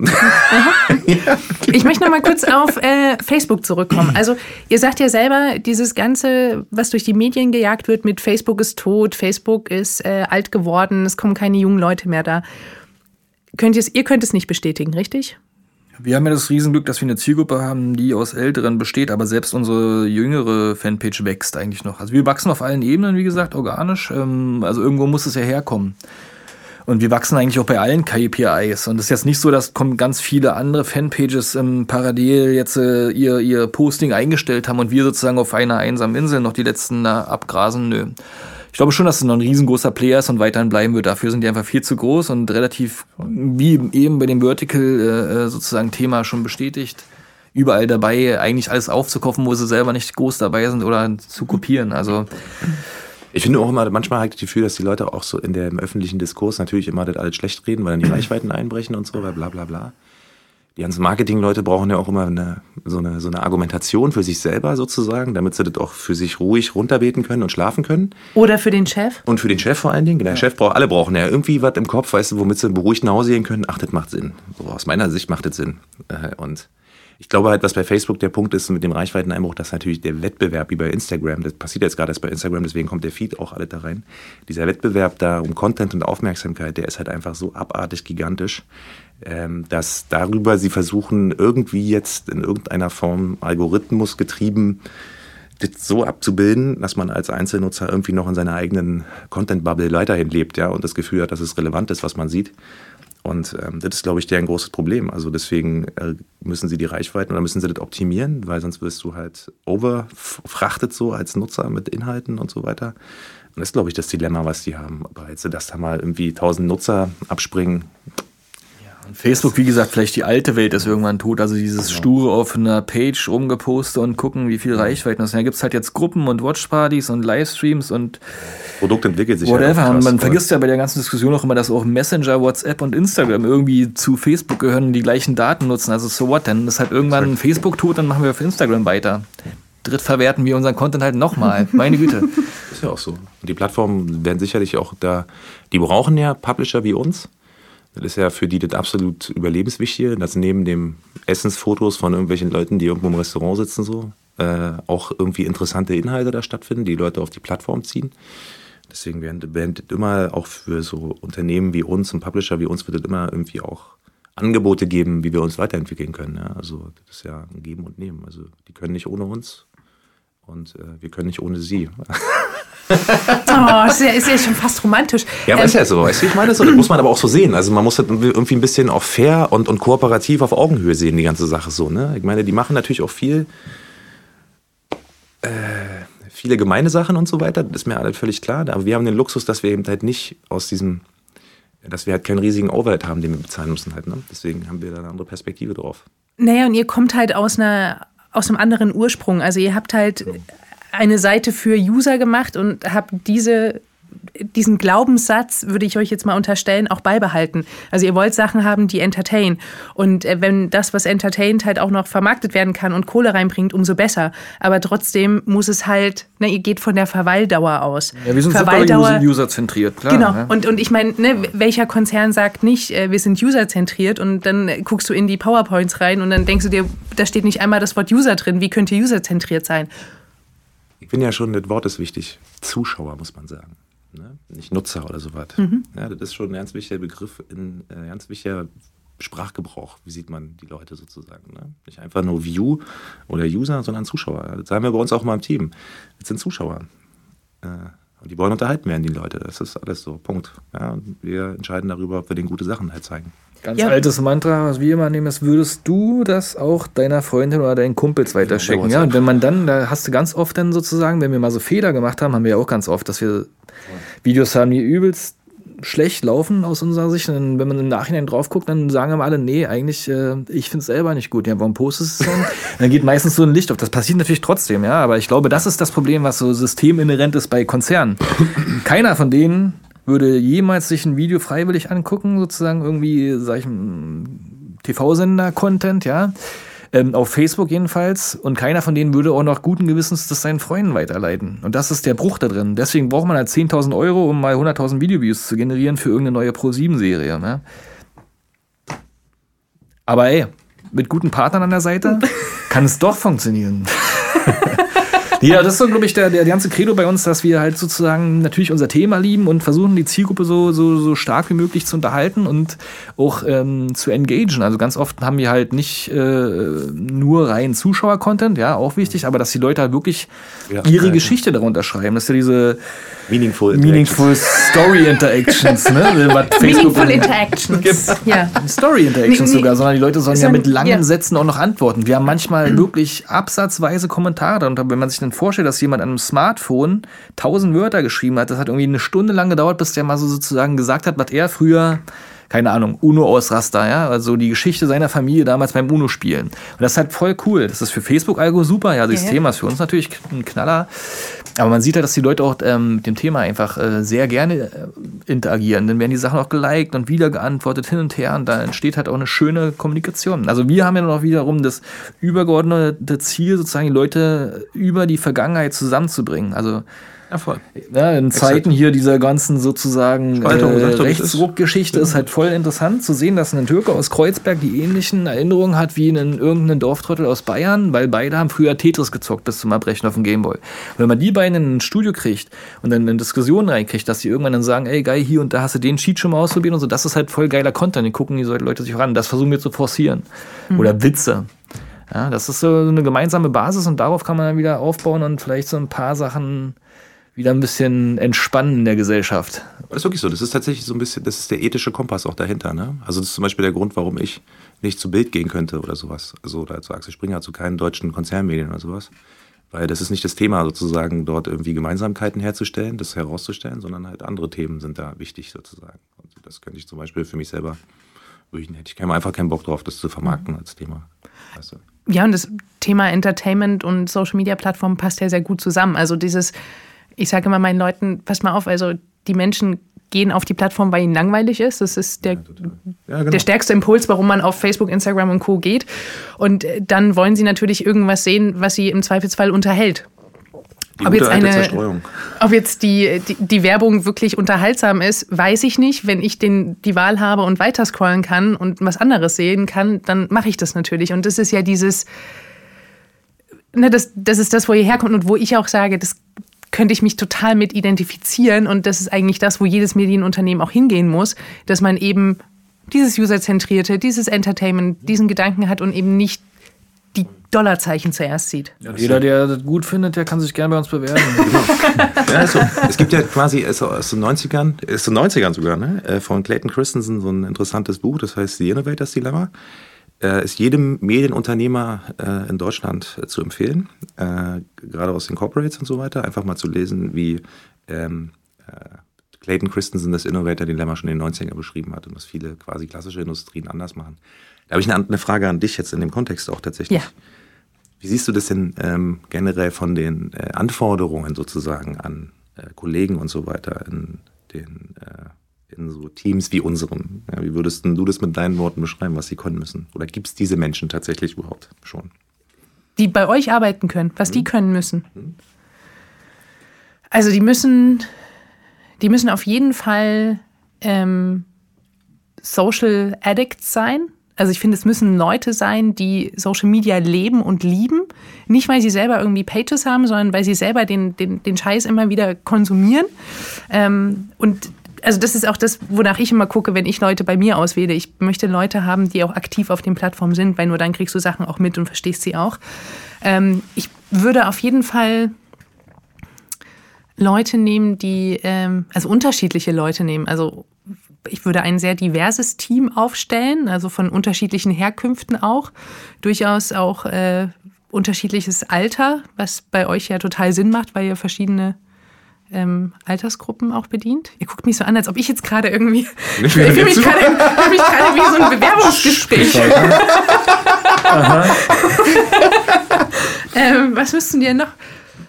Ich möchte noch mal kurz auf Facebook zurückkommen. Also ihr sagt ja selber, dieses Ganze, was durch die Medien gejagt wird mit Facebook ist tot, Facebook ist alt geworden, es kommen keine jungen Leute mehr da. Ihr könnt es nicht bestätigen, richtig? Wir haben ja das Riesenglück, dass wir eine Zielgruppe haben, die aus Älteren besteht, aber selbst unsere jüngere Fanpage wächst eigentlich noch. Also wir wachsen auf allen Ebenen, wie gesagt, organisch. Also irgendwo muss es ja herkommen. Und wir wachsen eigentlich auch bei allen KPIs. Und es ist jetzt nicht so, dass kommen ganz viele andere Fanpages parallel jetzt ihr Posting eingestellt haben und wir sozusagen auf einer einsamen Insel noch die letzten abgrasen. Nö. Ich glaube schon, dass es noch ein riesengroßer Player ist und weiterhin bleiben wird. Dafür sind die einfach viel zu groß und relativ, wie eben bei dem Vertical sozusagen Thema schon bestätigt, überall dabei, eigentlich alles aufzukaufen, wo sie selber nicht groß dabei sind oder zu kopieren. Also ich finde auch immer, manchmal habe ich das Gefühl, dass die Leute auch so im öffentlichen Diskurs natürlich immer das alles schlecht reden, weil dann die Reichweiten einbrechen und so, bla bla bla. Die ganzen Marketing-Leute brauchen ja auch immer so eine Argumentation für sich selber sozusagen, damit sie das auch für sich ruhig runterbeten können und schlafen können. Oder für den Chef. Und für den Chef vor allen Dingen. Der Chef alle brauchen ja irgendwie was im Kopf, weißt du, womit sie beruhigt nach Hause gehen können. Ach, das macht Sinn. So, aus meiner Sicht macht das Sinn. Und ich glaube halt, was bei Facebook der Punkt ist mit dem Reichweiteneinbruch, dass natürlich der Wettbewerb wie bei Instagram, das passiert jetzt gerade erst bei Instagram, deswegen kommt der Feed auch alle da rein. Dieser Wettbewerb da um Content und Aufmerksamkeit, der ist halt einfach so abartig gigantisch, dass darüber sie versuchen, irgendwie jetzt in irgendeiner Form Algorithmus getrieben, das so abzubilden, dass man als Einzelnutzer irgendwie noch in seiner eigenen Content-Bubble weiterhin lebt, ja, und das Gefühl hat, dass es relevant ist, was man sieht. Und das ist, glaube ich, deren großes Problem. Also deswegen müssen sie die Reichweiten oder müssen sie das optimieren, weil sonst wirst du halt overfrachtet so als Nutzer mit Inhalten und so weiter. Und das ist, glaube ich, das Dilemma, was die haben. Aber jetzt, dass da mal irgendwie 1000 Nutzer abspringen. Und Facebook, wie gesagt, vielleicht die alte Welt ist irgendwann tot. Also dieses sture auf einer Page rumgepostet und gucken, wie viel Reichweiten das sind. Da gibt es halt jetzt Gruppen und Watchpartys und Livestreams und Produkt entwickelt sich whatever. Halt und man vergisst ja bei der ganzen Diskussion auch immer, dass auch Messenger, WhatsApp und Instagram irgendwie zu Facebook gehören und die gleichen Daten nutzen. Also so what, dann ist halt irgendwann Facebook tot, dann machen wir auf Instagram weiter. Drittverwerten wir unseren Content halt nochmal. Meine Güte. Ist ja auch so. Und die Plattformen werden sicherlich auch da, die brauchen ja Publisher wie uns. Das ist ja für die das absolut überlebenswichtige, dass neben dem Essensfotos von irgendwelchen Leuten, die irgendwo im Restaurant sitzen, so, auch irgendwie interessante Inhalte da stattfinden, die Leute auf die Plattform ziehen. Deswegen werden das immer auch für so Unternehmen wie uns und Publisher wie uns wird es immer irgendwie auch Angebote geben, wie wir uns weiterentwickeln können. Ja? Also das ist ja ein Geben und Nehmen. Also die können nicht ohne uns und wir können nicht ohne sie. Oh, ist ja schon fast romantisch. Ja, aber ist ja so. Weißt du, ich meine, das muss man aber auch so sehen. Also man muss das irgendwie ein bisschen auch fair und kooperativ auf Augenhöhe sehen, die ganze Sache so. Ne? Ich meine, die machen natürlich auch viele gemeine Sachen und so weiter. Das ist mir alles völlig klar. Aber wir haben den Luxus, dass wir eben halt nicht dass wir halt keinen riesigen Overhead haben, den wir bezahlen müssen halt. Ne? Deswegen haben wir da eine andere Perspektive drauf. Naja, und ihr kommt halt aus einem anderen Ursprung. Also ihr habt halt eine Seite für User gemacht und habt diesen Glaubenssatz, würde ich euch jetzt mal unterstellen, auch beibehalten. Also ihr wollt Sachen haben, die entertain. Und wenn das, was entertaint, halt auch noch vermarktet werden kann und Kohle reinbringt, umso besser. Aber trotzdem muss es halt, ihr geht von der Verweildauer aus. Ja, wir sind super userzentriert, klar. Genau. Ja. Und ich meine, welcher Konzern sagt nicht, wir sind userzentriert und dann guckst du in die PowerPoints rein und dann denkst du dir, da steht nicht einmal das Wort User drin. Wie könnte userzentriert sein? Ich finde ja schon, das Wort ist wichtig. Zuschauer, muss man sagen. Ne? Nicht Nutzer oder sowas. Ja, das ist schon ein ganz wichtiger Begriff, ein ganz wichtiger Sprachgebrauch. Wie sieht man die Leute sozusagen? Ne? Nicht einfach nur View oder User, sondern Zuschauer. Das sagen wir bei uns auch mal im Team. Das sind Zuschauer. Und die wollen unterhalten werden, die Leute. Das ist alles so. Punkt. Ja, und wir entscheiden darüber, ob wir denen gute Sachen halt zeigen. Ganz altes Mantra, was wir immer nehmen, ist, würdest du das auch deiner Freundin oder deinen Kumpels weiterschicken? Ja, und wenn man dann, da hast du ganz oft dann sozusagen, wenn wir mal so Fehler gemacht haben, haben wir ja auch ganz oft, dass wir Videos haben, die übelst schlecht laufen aus unserer Sicht. Und wenn man im Nachhinein drauf guckt, dann sagen wir alle, nee, eigentlich, ich finde es selber nicht gut. Ja, warum postest du es dann? Dann geht meistens so ein Licht auf. Das passiert natürlich trotzdem, ja, aber ich glaube, das ist das Problem, was so systeminhärent ist bei Konzernen. Keiner von denen würde jemals sich ein Video freiwillig angucken, sozusagen irgendwie, sag ich, TV-Sender-Content, ja, auf Facebook jedenfalls. Und keiner von denen würde auch noch guten Gewissens das seinen Freunden weiterleiten. Und das ist der Bruch da drin. Deswegen braucht man halt 10.000 €, um mal 100.000 Videoviews zu generieren für irgendeine neue Pro7-Serie. Ne? Aber ey, mit guten Partnern an der Seite kann es doch funktionieren. Ja, das ist so, glaube ich, der ganze Credo bei uns, dass wir halt sozusagen natürlich unser Thema lieben und versuchen, die Zielgruppe so stark wie möglich zu unterhalten und auch zu engagen. Also ganz oft haben wir halt nicht nur rein Zuschauer-Content, ja, auch wichtig, aber dass die Leute halt wirklich ihre Geschichte darunter schreiben. Das ist ja diese Meaningful Story Interactions, ne? Meaningful Interactions. Ja. Story Interactions sogar, sondern die Leute sollen ja mit langen Sätzen auch noch antworten. Wir haben manchmal wirklich absatzweise Kommentare darunter. Wenn man sich dann vorstellt, dass jemand an einem Smartphone 1000 Wörter geschrieben hat, das hat irgendwie eine Stunde lang gedauert, bis der mal so sozusagen gesagt hat, was er früher, keine Ahnung, UNO-Ausraster, ja, also die Geschichte seiner Familie damals beim UNO-Spielen. Und das ist halt voll cool. Das ist für Facebook-Algo super, ja, das Thema ist für uns natürlich ein Knaller. Aber man sieht ja, dass die Leute auch mit dem Thema einfach sehr gerne interagieren. Dann werden die Sachen auch geliked und wieder geantwortet hin und her und da entsteht halt auch eine schöne Kommunikation. Also wir haben ja noch wiederum das übergeordnete Ziel, sozusagen die Leute über die Vergangenheit zusammenzubringen. Also ja, voll. Ja, in Zeiten hier dieser ganzen sozusagen Rechtsruck-Geschichte ist halt voll interessant zu sehen, dass ein Türke aus Kreuzberg die ähnlichen Erinnerungen hat wie in irgendeinem Dorftrottel aus Bayern, weil beide haben früher Tetris gezockt bis zum Erbrechen auf dem Gameboy. Und wenn man die beiden in ein Studio kriegt und dann in Diskussionen reinkriegt, dass die irgendwann dann sagen, ey geil, hier und da hast du den Cheat schon mal ausprobiert und so, das ist halt voll geiler Content, den gucken die Leute sich auch an. Das versuchen wir zu forcieren. Oder Witze. Ja, das ist so eine gemeinsame Basis und darauf kann man dann wieder aufbauen und vielleicht so ein paar Sachen wieder ein bisschen entspannen in der Gesellschaft. Das ist wirklich so. Das ist tatsächlich so ein bisschen, das ist der ethische Kompass auch dahinter. Ne? Also das ist zum Beispiel der Grund, warum ich nicht zu Bild gehen könnte oder sowas. Also oder zu Axel Springer, zu keinen deutschen Konzernmedien oder sowas. Weil das ist nicht das Thema, sozusagen dort irgendwie Gemeinsamkeiten herzustellen, das herauszustellen, sondern halt andere Themen sind da wichtig sozusagen. Und das könnte ich zum Beispiel für mich selber, hätte ich einfach keinen Bock drauf, das zu vermarkten als Thema. Weißt du? Ja, und das Thema Entertainment und Social-Media-Plattformen passt ja sehr gut zusammen. Also ich sage immer meinen Leuten, pass mal auf, also die Menschen gehen auf die Plattform, weil ihnen langweilig ist. Das ist der stärkste Impuls, warum man auf Facebook, Instagram und Co. geht. Und dann wollen sie natürlich irgendwas sehen, was sie im Zweifelsfall unterhält. Ob jetzt die Werbung wirklich unterhaltsam ist, weiß ich nicht. Wenn ich die Wahl habe und weiter scrollen kann und was anderes sehen kann, dann mache ich das natürlich. Und das ist ja dieses, das ist das, wo ihr herkommt und wo ich auch sage, das könnte ich mich total mit identifizieren und das ist eigentlich das, wo jedes Medienunternehmen auch hingehen muss, dass man eben dieses Userzentrierte, dieses Entertainment, diesen Gedanken hat und eben nicht die Dollarzeichen zuerst sieht. Ja, jeder, der das gut findet, der kann sich gerne bei uns bewerben. Ja, also, es gibt ja quasi aus den 90ern sogar, ne, von Clayton Christensen so ein interessantes Buch, das heißt The Innovator's Dilemma. Ist jedem Medienunternehmer in Deutschland zu empfehlen, gerade aus den Corporates und so weiter, einfach mal zu lesen, wie Clayton Christensen das Innovator-Dilemma schon in den 90ern beschrieben hat und was viele quasi klassische Industrien anders machen. Da habe ich eine Frage an dich jetzt in dem Kontext auch tatsächlich. Ja. Wie siehst du das denn generell von den Anforderungen sozusagen an Kollegen und so weiter in so Teams wie unserem? Ja, wie würdest du das mit deinen Worten beschreiben, was sie können müssen? Oder gibt es diese Menschen tatsächlich überhaupt schon? Die bei euch arbeiten können, was die können müssen? Also die müssen auf jeden Fall Social Addicts sein. Also ich finde, es müssen Leute sein, die Social Media leben und lieben. Nicht, weil sie selber irgendwie Pages haben, sondern weil sie selber den Scheiß immer wieder konsumieren. Und also das ist auch das, wonach ich immer gucke, wenn ich Leute bei mir auswähle. Ich möchte Leute haben, die auch aktiv auf den Plattformen sind, weil nur dann kriegst du Sachen auch mit und verstehst sie auch. Ich würde auf jeden Fall Leute nehmen, also unterschiedliche Leute nehmen. Also ich würde ein sehr diverses Team aufstellen, also von unterschiedlichen Herkünften auch. Durchaus auch unterschiedliches Alter, was bei euch ja total Sinn macht, weil ihr verschiedene Altersgruppen auch bedient. Ihr guckt mich so an, als ob ich jetzt gerade irgendwie... Ich fühle mich gerade wie so ein Bewerbungsgespräch. Was müssten die denn noch?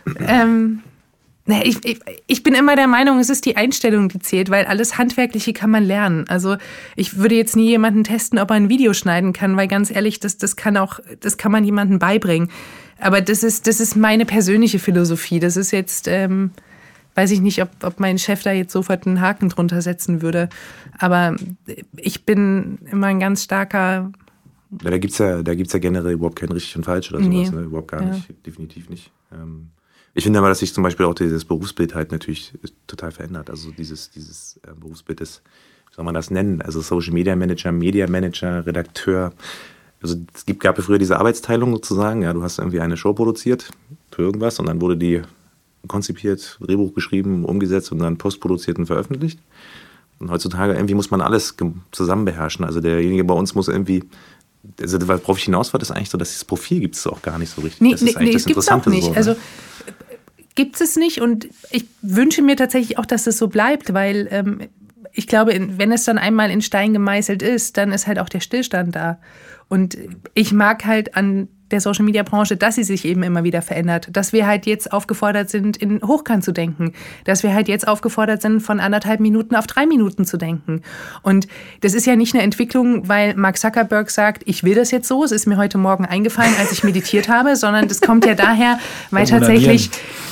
Ich bin immer der Meinung, es ist die Einstellung, die zählt, weil alles Handwerkliche kann man lernen. Also ich würde jetzt nie jemanden testen, ob er ein Video schneiden kann, weil ganz ehrlich, das kann man jemandem beibringen. Aber das ist meine persönliche Philosophie. Das ist jetzt... weiß ich nicht, ob mein Chef da jetzt sofort einen Haken drunter setzen würde. Aber ich bin immer ein ganz starker... Ja, da gibt's ja generell überhaupt kein richtig und falsch oder sowas. Ne? Überhaupt gar nicht, definitiv nicht. Ich finde aber, dass sich zum Beispiel auch dieses Berufsbild halt natürlich total verändert. Also dieses Berufsbild ist, wie soll man das nennen? Also Social Media Manager, Media Manager, Redakteur. Also es gab ja früher diese Arbeitsteilung sozusagen. Ja, du hast irgendwie eine Show produziert für irgendwas und dann wurde die konzipiert, Drehbuch geschrieben, umgesetzt und dann postproduziert und veröffentlicht. Und heutzutage irgendwie muss man alles zusammen beherrschen. Also derjenige bei uns muss irgendwie, also worauf ich hinaus war, ist eigentlich so, dass dieses Profil gibt es auch gar nicht so richtig. Das ist eigentlich das Interessante. Nicht. So, also gibt es nicht und ich wünsche mir tatsächlich auch, dass es so bleibt, weil ich glaube, wenn es dann einmal in Stein gemeißelt ist, dann ist halt auch der Stillstand da. Und ich mag halt an der Social-Media-Branche, dass sie sich eben immer wieder verändert. Dass wir halt jetzt aufgefordert sind, in Hochkant zu denken. Dass wir halt jetzt aufgefordert sind, von 1,5 Minuten auf 3 Minuten zu denken. Und das ist ja nicht eine Entwicklung, weil Mark Zuckerberg sagt, ich will das jetzt so, es ist mir heute Morgen eingefallen, als ich meditiert habe, sondern das kommt ja daher, weil tatsächlich...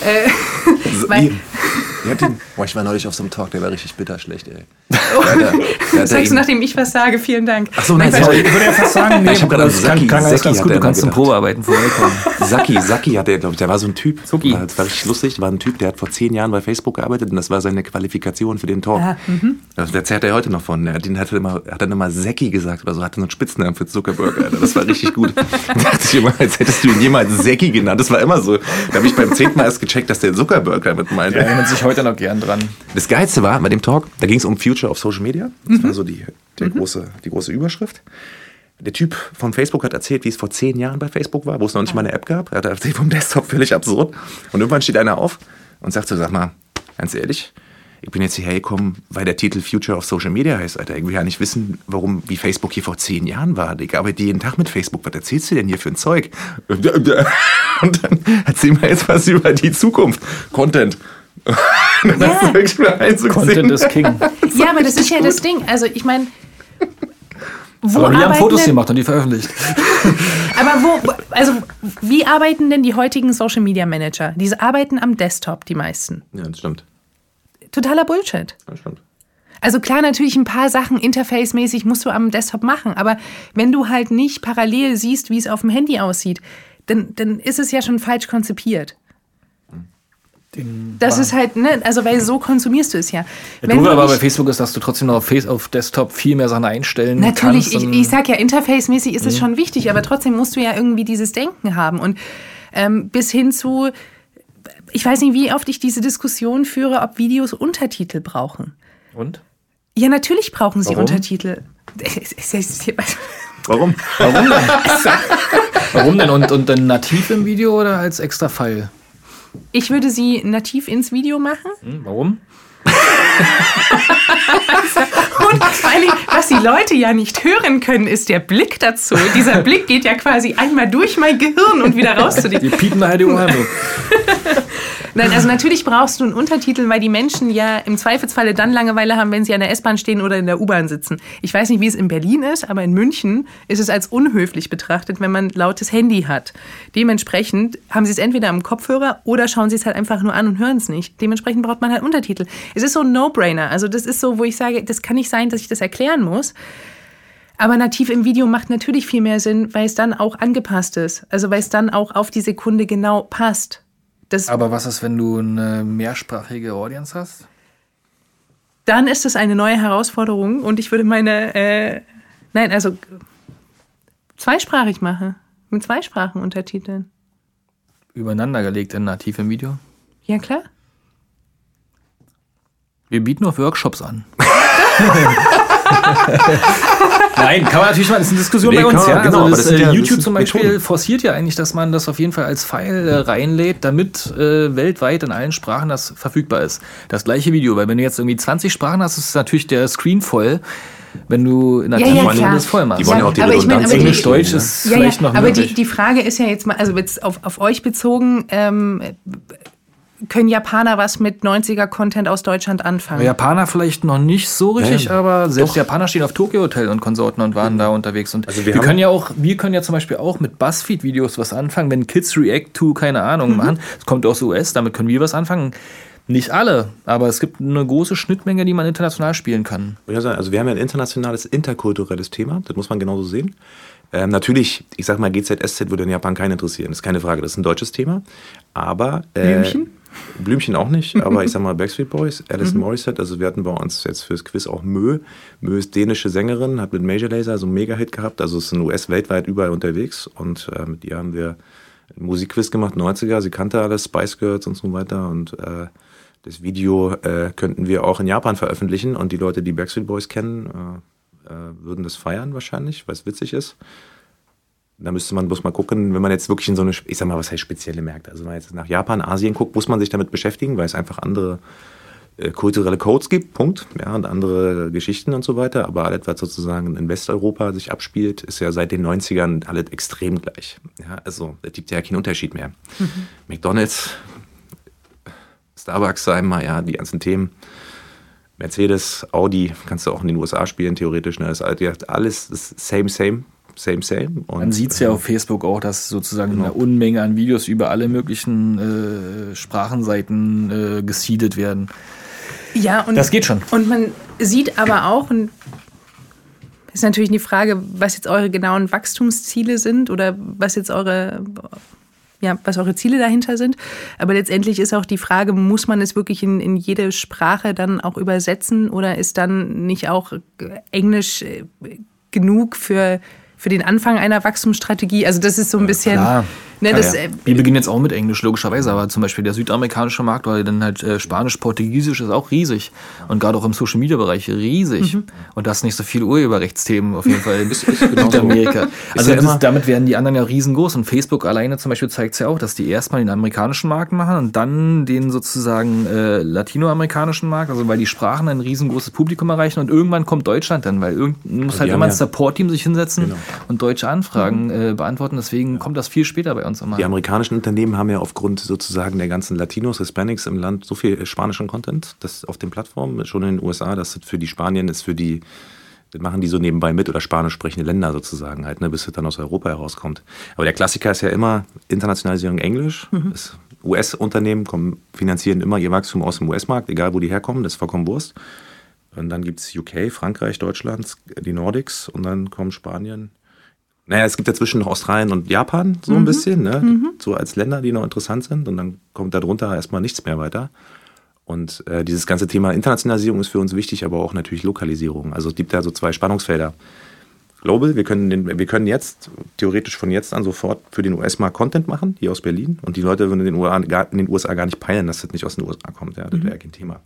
ich war neulich auf so einem Talk, der war richtig bitterschlecht, ey. Das sagst du, nachdem ich was sage, vielen Dank. Ach so, nein, Ich würde ja fast sagen, nee, ich hab das Saki kann ganz gut, du kannst zum gedacht. Probearbeiten vorbeikommen. Saki hat der, glaube ich, der war so ein Typ. Zucki. Das war richtig lustig. War ein Typ, der hat vor 10 Jahren bei Facebook gearbeitet und das war seine Qualifikation für den Talk. Das erzählt er heute noch von. Hat dann immer Säcki gesagt oder so, hatte so einen Spitznamen für Zuckerberg, Alter. Das war richtig gut. Da dachte ich immer, als hättest du ihn jemals Säcki genannt. Das war immer so. Da habe ich beim 10. Mal erst gecheckt, dass der Zuckerberg damit meinte. Der erinnert sich heute noch gern dran. Das Geilste war bei dem Talk, da ging es um Future of Social Media. Das war so die große Überschrift. Der Typ von Facebook hat erzählt, wie es vor 10 Jahren bei Facebook war, wo es noch nicht mal eine App gab. Er hat erzählt vom Desktop, völlig absurd. Und irgendwann steht einer auf und sagt so, sag mal, ganz ehrlich, ich bin jetzt hierher gekommen, weil der Titel Future of Social Media heißt, Alter. Ich will ja nicht wissen, wie Facebook hier vor 10 Jahren war. Ich arbeite jeden Tag mit Facebook. Was erzählst du denn hier für ein Zeug? Und dann erzähl mal jetzt was über die Zukunft. Content. Ja. Content ist King. Ja, aber das ist ja das Ding. Also ich meine, Aber wir haben Fotos gemacht und die veröffentlicht. Aber wie arbeiten denn die heutigen Social Media Manager? Die arbeiten am Desktop, die meisten. Ja, das stimmt. Totaler Bullshit. Das stimmt. Also klar, natürlich ein paar Sachen interface-mäßig musst du am Desktop machen, aber wenn du halt nicht parallel siehst, wie es auf dem Handy aussieht, dann ist es ja schon falsch konzipiert. Das ist halt, ne, also weil so konsumierst du es ja. Wenn du aber bei Facebook ist, dass du trotzdem noch auf Desktop viel mehr Sachen einstellen natürlich, kannst. Ich sag ja, interface-mäßig ist es schon wichtig, aber trotzdem musst du ja irgendwie dieses Denken haben. Und bis hin zu, ich weiß nicht, wie oft ich diese Diskussion führe, ob Videos Untertitel brauchen. Und? Ja, natürlich brauchen sie Warum? Untertitel. Warum? Warum denn? Und dann nativ im Video oder als extra File? Ich würde sie nativ ins Video machen. Warum? Und vor allem, was die Leute ja nicht hören können, ist der Blick dazu. Dieser Blick geht ja quasi einmal durch mein Gehirn und wieder raus zu dir. Die piepen halt die Ohren. Nein, also natürlich brauchst du einen Untertitel, weil die Menschen ja im Zweifelsfalle dann Langeweile haben, wenn sie an der S-Bahn stehen oder in der U-Bahn sitzen. Ich weiß nicht, wie es in Berlin ist, aber in München ist es als unhöflich betrachtet, wenn man lautes Handy hat. Dementsprechend haben sie es entweder am Kopfhörer oder schauen sie es halt einfach nur an und hören es nicht. Dementsprechend braucht man halt Untertitel. Es ist so ein No-Brainer. Also das ist so, wo ich sage, das kann nicht sein, dass ich das erklären muss. Aber nativ im Video macht natürlich viel mehr Sinn, weil es dann auch angepasst ist. Also weil es dann auch auf die Sekunde genau passt. Aber was ist, wenn du eine mehrsprachige Audience hast? Dann ist das eine neue Herausforderung und ich würde zweisprachig machen. Mit Zweisprachenuntertiteln. Übereinander gelegt in nativ im Video? Ja, klar. Wir bieten auch Workshops an. Nein, kann man natürlich mal, das ist eine Diskussion bei uns. Ja? Genau, also aber YouTube zum Beispiel Methoden. forciert ja eigentlich, dass man das auf jeden Fall als File reinlädt, damit weltweit in allen Sprachen das verfügbar ist. Das gleiche Video, weil wenn du jetzt irgendwie 20 Sprachen hast, ist natürlich der Screen voll, wenn du in der das voll machst. Die wollen ja auch die Redundanz. Englisch, Deutsch ist vielleicht noch aber möglich. die Frage ist ja jetzt mal, also jetzt auf euch bezogen, können Japaner was mit 90er-Content aus Deutschland anfangen? Japaner vielleicht noch nicht so richtig, Ja, aber selbst Japaner stehen auf Tokyo Hotel und Konsorten und waren da unterwegs. Und Also wir können ja zum Beispiel auch mit Buzzfeed-Videos was anfangen, wenn Kids React to, keine Ahnung, machen. Es kommt aus US, damit können wir was anfangen. Nicht alle, aber es gibt eine große Schnittmenge, die man international spielen kann. Also wir haben ja ein internationales, interkulturelles Thema, das muss man genauso sehen. Natürlich, ich sag mal, GZSZ würde in Japan keinen interessieren, das ist keine Frage, das ist ein deutsches Thema. Aber Blümchen auch nicht, aber ich sag mal Backstreet Boys, Alison Morissette, also wir hatten bei uns jetzt fürs Quiz auch Mö. Mö ist dänische Sängerin, hat mit Major Lazer so einen Mega-Hit gehabt, also ist in US weltweit überall unterwegs und mit ihr haben wir einen Musikquiz gemacht, 90er, sie kannte alles, Spice Girls und so weiter und das Video könnten wir auch in Japan veröffentlichen und die Leute, die Backstreet Boys kennen, würden das feiern wahrscheinlich, weil es witzig ist. Da müsste man bloß mal gucken, wenn man jetzt wirklich in so eine, ich sag mal, was heißt spezielle Märkte, also wenn man jetzt nach Japan, Asien guckt, muss man sich damit beschäftigen, weil es einfach andere kulturelle Codes gibt, Punkt, ja, und andere Geschichten und so weiter, aber alles, was sozusagen in Westeuropa sich abspielt, ist ja seit den 90ern alles extrem gleich. Ja, also es gibt ja keinen Unterschied mehr. McDonald's, Starbucks, sagen wir mal, ja, die ganzen Themen, Mercedes, Audi, kannst du auch in den USA spielen, theoretisch, ne, das ist alles ist same. Und man sieht es ja auf Facebook auch, dass sozusagen eine Unmenge an Videos über alle möglichen Sprachenseiten geseedet werden. Ja, und das geht schon. Und man sieht aber auch, und ist natürlich die Frage, was jetzt eure genauen Wachstumsziele sind oder was jetzt was eure Ziele dahinter sind. Aber letztendlich ist auch die Frage, muss man es wirklich in jede Sprache dann auch übersetzen oder ist dann nicht auch Englisch genug für den Anfang einer Wachstumsstrategie? Also das ist so ein bisschen... Klar. Ne, wir beginnen jetzt auch mit Englisch, logischerweise, aber zum Beispiel der südamerikanische Markt, weil dann halt Spanisch, Portugiesisch ist auch riesig und gerade auch im Social-Media-Bereich riesig. Und da ist nicht so viel Urheberrechtsthemen auf jeden Fall in Südamerika. Also damit werden die anderen ja riesengroß und Facebook alleine zum Beispiel zeigt es ja auch, dass die erstmal den amerikanischen Markt machen und dann den sozusagen latinoamerikanischen Markt, also weil die Sprachen ein riesengroßes Publikum erreichen und irgendwann kommt Deutschland dann, weil muss halt immer ein Support-Team sich hinsetzen und deutsche Anfragen beantworten, deswegen kommt das viel später bei uns immer. Die amerikanischen Unternehmen haben ja aufgrund sozusagen der ganzen Latinos, Hispanics im Land so viel spanischen Content, das auf den Plattformen, schon in den USA, das für die Spanien ist das machen die so nebenbei mit oder spanisch sprechende Länder sozusagen halt, ne, bis es dann aus Europa herauskommt. Aber der Klassiker ist ja immer Internationalisierung Englisch. US-Unternehmen finanzieren immer ihr Wachstum aus dem US-Markt, egal wo die herkommen, das ist vollkommen Wurst. Und dann gibt es UK, Frankreich, Deutschland, die Nordics und dann kommen Spanien. Naja, es gibt dazwischen noch Australien und Japan so ein bisschen, ne? So als Länder, die noch interessant sind. Und dann kommt darunter erstmal nichts mehr weiter. Und dieses ganze Thema Internationalisierung ist für uns wichtig, aber auch natürlich Lokalisierung. Also es gibt da so zwei Spannungsfelder. Global, wir können jetzt, theoretisch von jetzt an sofort für den US-Markt Content machen, hier aus Berlin. Und die Leute würden in den USA gar nicht peilen, dass das nicht aus den USA kommt. Ja, das wäre ja kein Thema.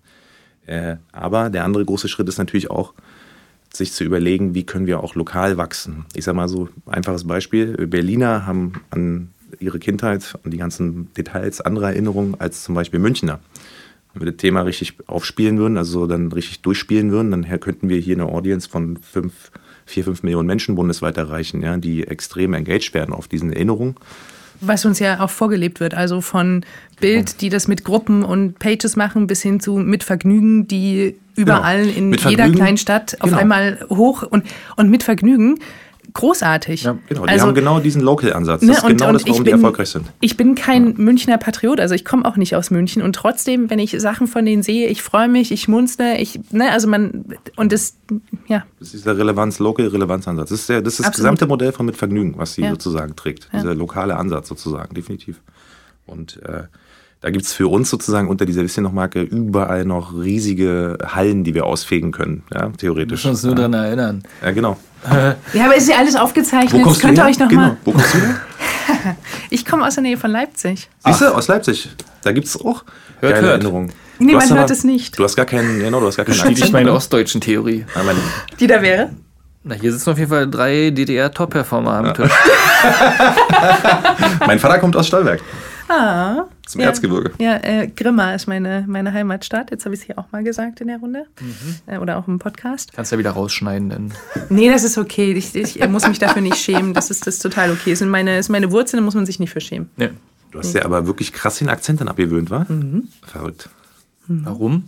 Aber der andere große Schritt ist natürlich auch, sich zu überlegen, wie können wir auch lokal wachsen. Ich sage mal so, einfaches Beispiel. Berliner haben an ihre Kindheit und die ganzen Details andere Erinnerungen als zum Beispiel Münchner. Wenn wir das Thema richtig aufspielen würden, also dann richtig durchspielen würden, dann könnten wir hier eine Audience von 4-5 Millionen Menschen bundesweit erreichen, ja, die extrem engaged werden auf diesen Erinnerungen. Was uns ja auch vorgelebt wird, also von Bild, die das mit Gruppen und Pages machen, bis hin zu mit Vergnügen, die überall in jeder kleinen Stadt auf einmal hoch und mit Vergnügen. Großartig. Ja, genau. Die haben genau diesen Local-Ansatz. Das ist genau das, warum die erfolgreich sind. Ich bin kein Münchner Patriot, also ich komme auch nicht aus München. Und trotzdem, wenn ich Sachen von denen sehe, ich freue mich, ich munzle, Das ist dieser Local-Relevanz-Ansatz. Das ist das gesamte Modell von Mit Vergnügen, was sie sozusagen trägt. Dieser lokale Ansatz sozusagen, definitiv. Und da gibt es für uns sozusagen unter dieser Wissennoch-Marke überall noch riesige Hallen, die wir ausfegen können, ja, theoretisch. Wir müssen uns nur daran erinnern. Ja, genau. Ja, aber ist ja alles aufgezeichnet. Wo könnt ihr euch noch mal. Wo kommst du her? Ich komme aus der Nähe von Leipzig. Siehst du, aus Leipzig. Da gibt es auch geile Erinnerungen. Nee, man hört es nicht. Du hast gar keinen Akzent. Bestätigt meine ostdeutschen Theorie. Die da wäre? Na, hier sitzen auf jeden Fall 3 DDR-Top-Performer am Tisch. Mein Vater kommt aus Stolberg. Zum ja. Erzgebirge. Ja, Grimma ist meine Heimatstadt. Jetzt habe ich es hier auch mal gesagt in der Runde. Oder auch im Podcast. Kannst du ja wieder rausschneiden. Denn. Nee, das ist okay. Ich muss mich dafür nicht schämen. Das ist total okay. Es ist meine Wurzeln, da muss man sich nicht für schämen. Ja. Du hast ja aber wirklich krass den Akzent dann abgewöhnt, wa? Verrückt. Warum?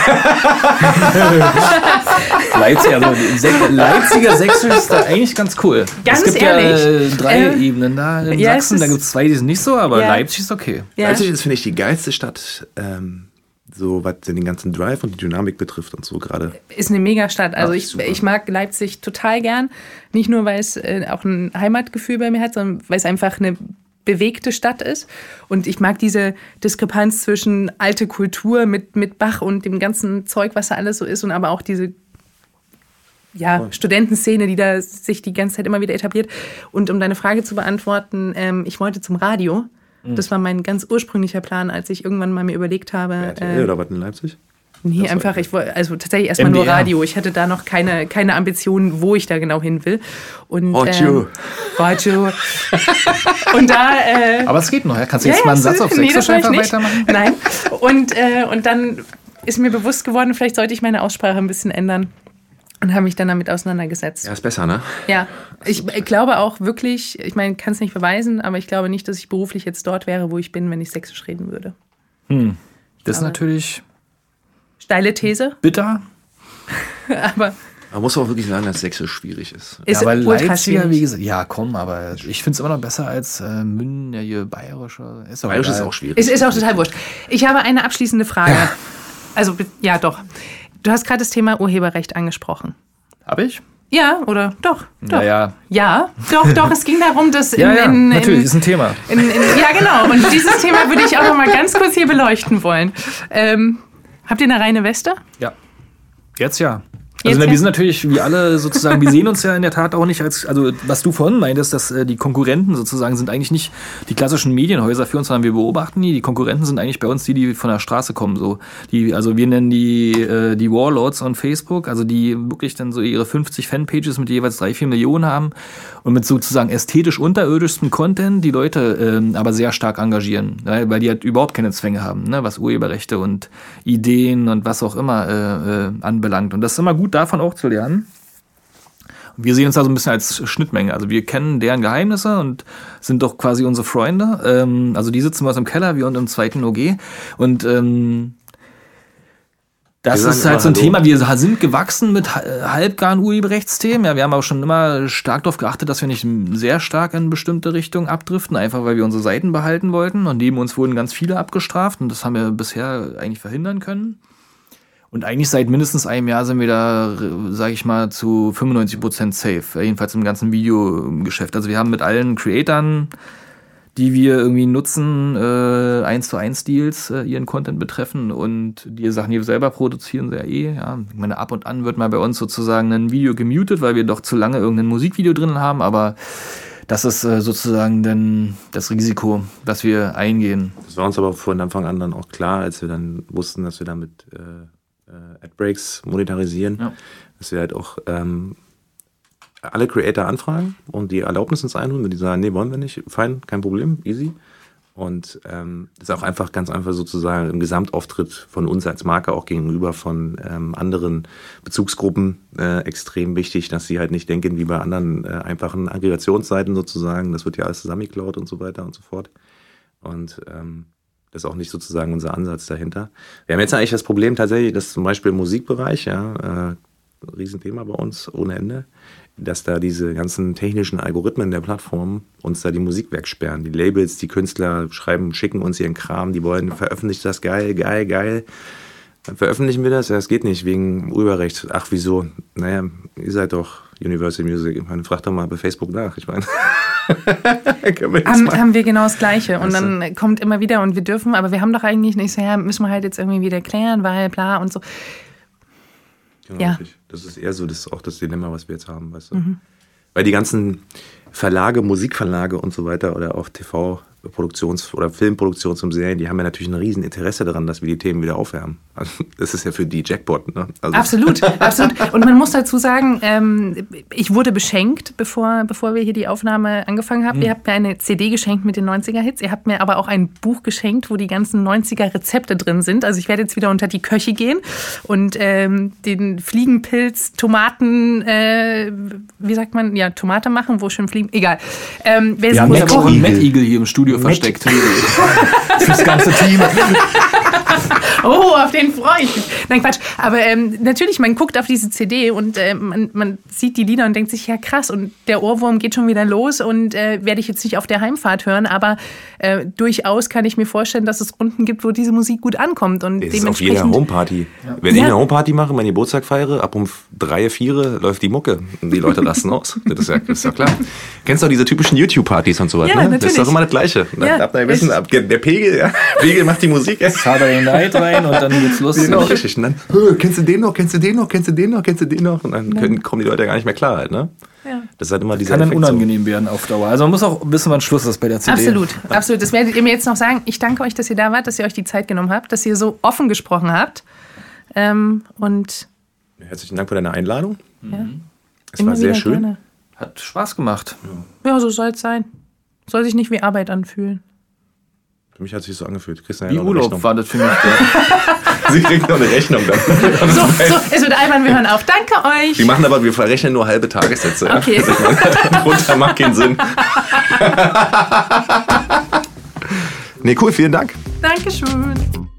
Leipziger Sächsisch ist da eigentlich ganz cool. Ganz es gibt ehrlich. Ja 3 Ebenen da in Sachsen, da gibt es 2, die sind nicht so, aber Leipzig ist okay. Ja. Leipzig ist, finde ich, die geilste Stadt, so was den ganzen Drive und die Dynamik betrifft und so gerade. Ist eine Megastadt. Also ich mag Leipzig total gern. Nicht nur, weil es auch ein Heimatgefühl bei mir hat, sondern weil es einfach eine bewegte Stadt ist. Und ich mag diese Diskrepanz zwischen alte Kultur mit Bach und dem ganzen Zeug, was da alles so ist, und aber auch diese Studentenszene, die da sich die ganze Zeit immer wieder etabliert. Und um deine Frage zu beantworten, ich wollte zum Radio. Das war mein ganz ursprünglicher Plan, als ich irgendwann mal mir überlegt habe. RTL oder was in Leipzig? Nee, einfach, ich wollte tatsächlich erstmal nur Radio. Ich hatte da noch keine Ambitionen, wo ich da genau hin will. Und, Radio. Und da... Aber es geht noch, ja? Kannst du jetzt mal einen Satz auf Sächsisch einfach weitermachen? Nein. Und dann ist mir bewusst geworden, vielleicht sollte ich meine Aussprache ein bisschen ändern. Und habe mich dann damit auseinandergesetzt. Ja, ist besser, ne? Ja, ich glaube auch wirklich, ich meine, kann es nicht beweisen, aber ich glaube nicht, dass ich beruflich jetzt dort wäre, wo ich bin, wenn ich sächsisch reden würde. Das ist natürlich... Steile These. Bitter. Aber... Man muss auch wirklich sagen, dass Sächsisch schwierig ist. Ist weil ultra Leipziger, schwierig. wie gesagt, ja komm, aber ich finde es immer noch besser als Bayerische. Bayerisch ist auch schwierig. Ist auch total wurscht. Ich habe eine abschließende Frage. Ja. Also, ja doch. Du hast gerade das Thema Urheberrecht angesprochen. Habe ich? Ja, oder? Doch. Naja. Ja, doch. Es ging darum, dass natürlich, ist ein Thema. Ja, genau. Und dieses Thema würde ich auch noch mal ganz kurz hier beleuchten wollen. Habt ihr eine reine Weste? Ja. Jetzt ja. Also wir sind natürlich, wie alle sozusagen, wir sehen uns ja in der Tat auch nicht als, also was du vorhin meintest, dass die Konkurrenten sozusagen sind eigentlich nicht die klassischen Medienhäuser für uns, sondern wir beobachten die. Die Konkurrenten sind eigentlich bei uns die von der Straße kommen. So. Also wir nennen die Warlords on Facebook, also die wirklich dann so ihre 50 Fanpages mit jeweils 3-4 Millionen haben und mit sozusagen ästhetisch unterirdischstem Content die Leute aber sehr stark engagieren, weil die halt überhaupt keine Zwänge haben, ne, was Urheberrechte und Ideen und was auch immer anbelangt. Und das ist immer gut, davon auch zu lernen. Und wir sehen uns da so ein bisschen als Schnittmenge. Also wir kennen deren Geheimnisse und sind doch quasi unsere Freunde. Also die sitzen bei uns im Keller, wir unten im 2. OG. Und das ist halt so ein Thema. Wir sind gewachsen mit halbgaren Urheberrechtsthemen. Ja, wir haben auch schon immer stark darauf geachtet, dass wir nicht sehr stark in bestimmte Richtungen abdriften, einfach weil wir unsere Seiten behalten wollten. Und neben uns wurden ganz viele abgestraft und das haben wir bisher eigentlich verhindern können. Und eigentlich seit mindestens einem Jahr sind wir da, sage ich mal, zu 95% safe. Jedenfalls im ganzen Videogeschäft. Also wir haben mit allen Creatoren, die wir irgendwie nutzen, 1:1 Deals ihren Content betreffen und die Sachen, die wir selber produzieren, ja eh. Ja. Ich meine, ab und an wird mal bei uns sozusagen ein Video gemutet, weil wir doch zu lange irgendein Musikvideo drin haben, aber das ist sozusagen dann das Risiko, das wir eingehen. Das war uns aber von Anfang an dann auch klar, als wir dann wussten, dass wir damit Adbreaks monetarisieren, dass wir halt auch alle Creator anfragen und die Erlaubnis uns einholen, wenn die sagen, nee, wollen wir nicht, fein, kein Problem, easy. Und das ist auch einfach ganz einfach sozusagen im Gesamtauftritt von uns als Marke auch gegenüber von anderen Bezugsgruppen extrem wichtig, dass sie halt nicht denken wie bei anderen einfachen Aggregationsseiten sozusagen, das wird ja alles zusammengeklaut und so weiter und so fort. Und das ist auch nicht sozusagen unser Ansatz dahinter. Wir haben jetzt eigentlich das Problem tatsächlich, dass zum Beispiel im Musikbereich, Riesenthema bei uns ohne Ende, dass da diese ganzen technischen Algorithmen der Plattformen uns da die Musik wegsperren. Die Labels, die Künstler schicken uns ihren Kram, die wollen, veröffentlicht das, geil. Dann veröffentlichen wir das, ja, das geht nicht, wegen Urheberrecht. Ach, wieso? Naja, ihr seid doch Universal Music. Ich meine, frag doch mal bei Facebook nach. Ich meine, haben wir genau das Gleiche. Und dann kommt immer wieder, und wir dürfen, aber wir haben doch eigentlich nicht so, ja, müssen wir halt jetzt irgendwie wieder klären, weil bla und so. Genau, ja. Das ist eher so auch das Dilemma, was wir jetzt haben, weißt du? Weil die ganzen Verlage, Musikverlage und so weiter oder auch TV-Produktions- oder Filmproduktions- und Serien, die haben ja natürlich ein riesen Interesse daran, dass wir die Themen wieder aufwärmen. Also das ist ja für die Jackpot, ne? Also absolut. Und man muss dazu sagen, ich wurde beschenkt, bevor wir hier die Aufnahme angefangen haben. Ihr habt mir eine CD geschenkt mit den 90er-Hits. Ihr habt mir aber auch ein Buch geschenkt, wo die ganzen 90er-Rezepte drin sind. Also ich werde jetzt wieder unter die Köche gehen und den Fliegenpilz, Tomaten, wie sagt man, ja, Tomate machen, wo schon Fliegen, egal. Wir haben auch einen Mad Eagle hier im Studio versteckt. Fürs ganze Team. Oh, auf den freue ich mich. Nein, Quatsch. Aber natürlich, man guckt auf diese CD und man sieht die Lieder und denkt sich, ja krass, und der Ohrwurm geht schon wieder los und werde ich jetzt nicht auf der Heimfahrt hören, aber durchaus kann ich mir vorstellen, dass es Runden gibt, wo diese Musik gut ankommt. Und das ist auf jeder Homeparty. Ja. Wenn ich eine Homeparty mache, meine Geburtstag feiere, ab um 3, 4 läuft die Mucke und die Leute rasten aus. Das ist ja klar. Kennst du auch diese typischen YouTube-Partys und so weiter? Ja, ne? Das ist doch immer das Gleiche. Ja, der Pegel macht die Musik. Saturday Night rein und dann geht's los. Genau, richtig. Und dann, kennst du den noch? Und dann kommen die Leute ja gar nicht mehr klar halt, ne? Ja. Das ist halt immer dieser Kann dann unangenehm werden auf Dauer. Also man muss auch wissen, wann Schluss ist bei der CD. Absolut. Das werdet ihr mir jetzt noch sagen. Ich danke euch, dass ihr da wart, dass ihr euch die Zeit genommen habt, dass ihr so offen gesprochen habt. Und herzlichen Dank für deine Einladung. Ja. Es war sehr schön. Gerne. Hat Spaß gemacht. Ja, so soll es sein. Soll sich nicht wie Arbeit anfühlen. Für mich hat sich so angefühlt. Wie Urlaub war das für mich. Sie kriegt noch eine Rechnung dann. So, es wird albern, wir hören auf. Danke euch. Wir verrechnen nur halbe Tagessätze. Okay. Drunter macht keinen Sinn. Nee, cool, vielen Dank. Dankeschön.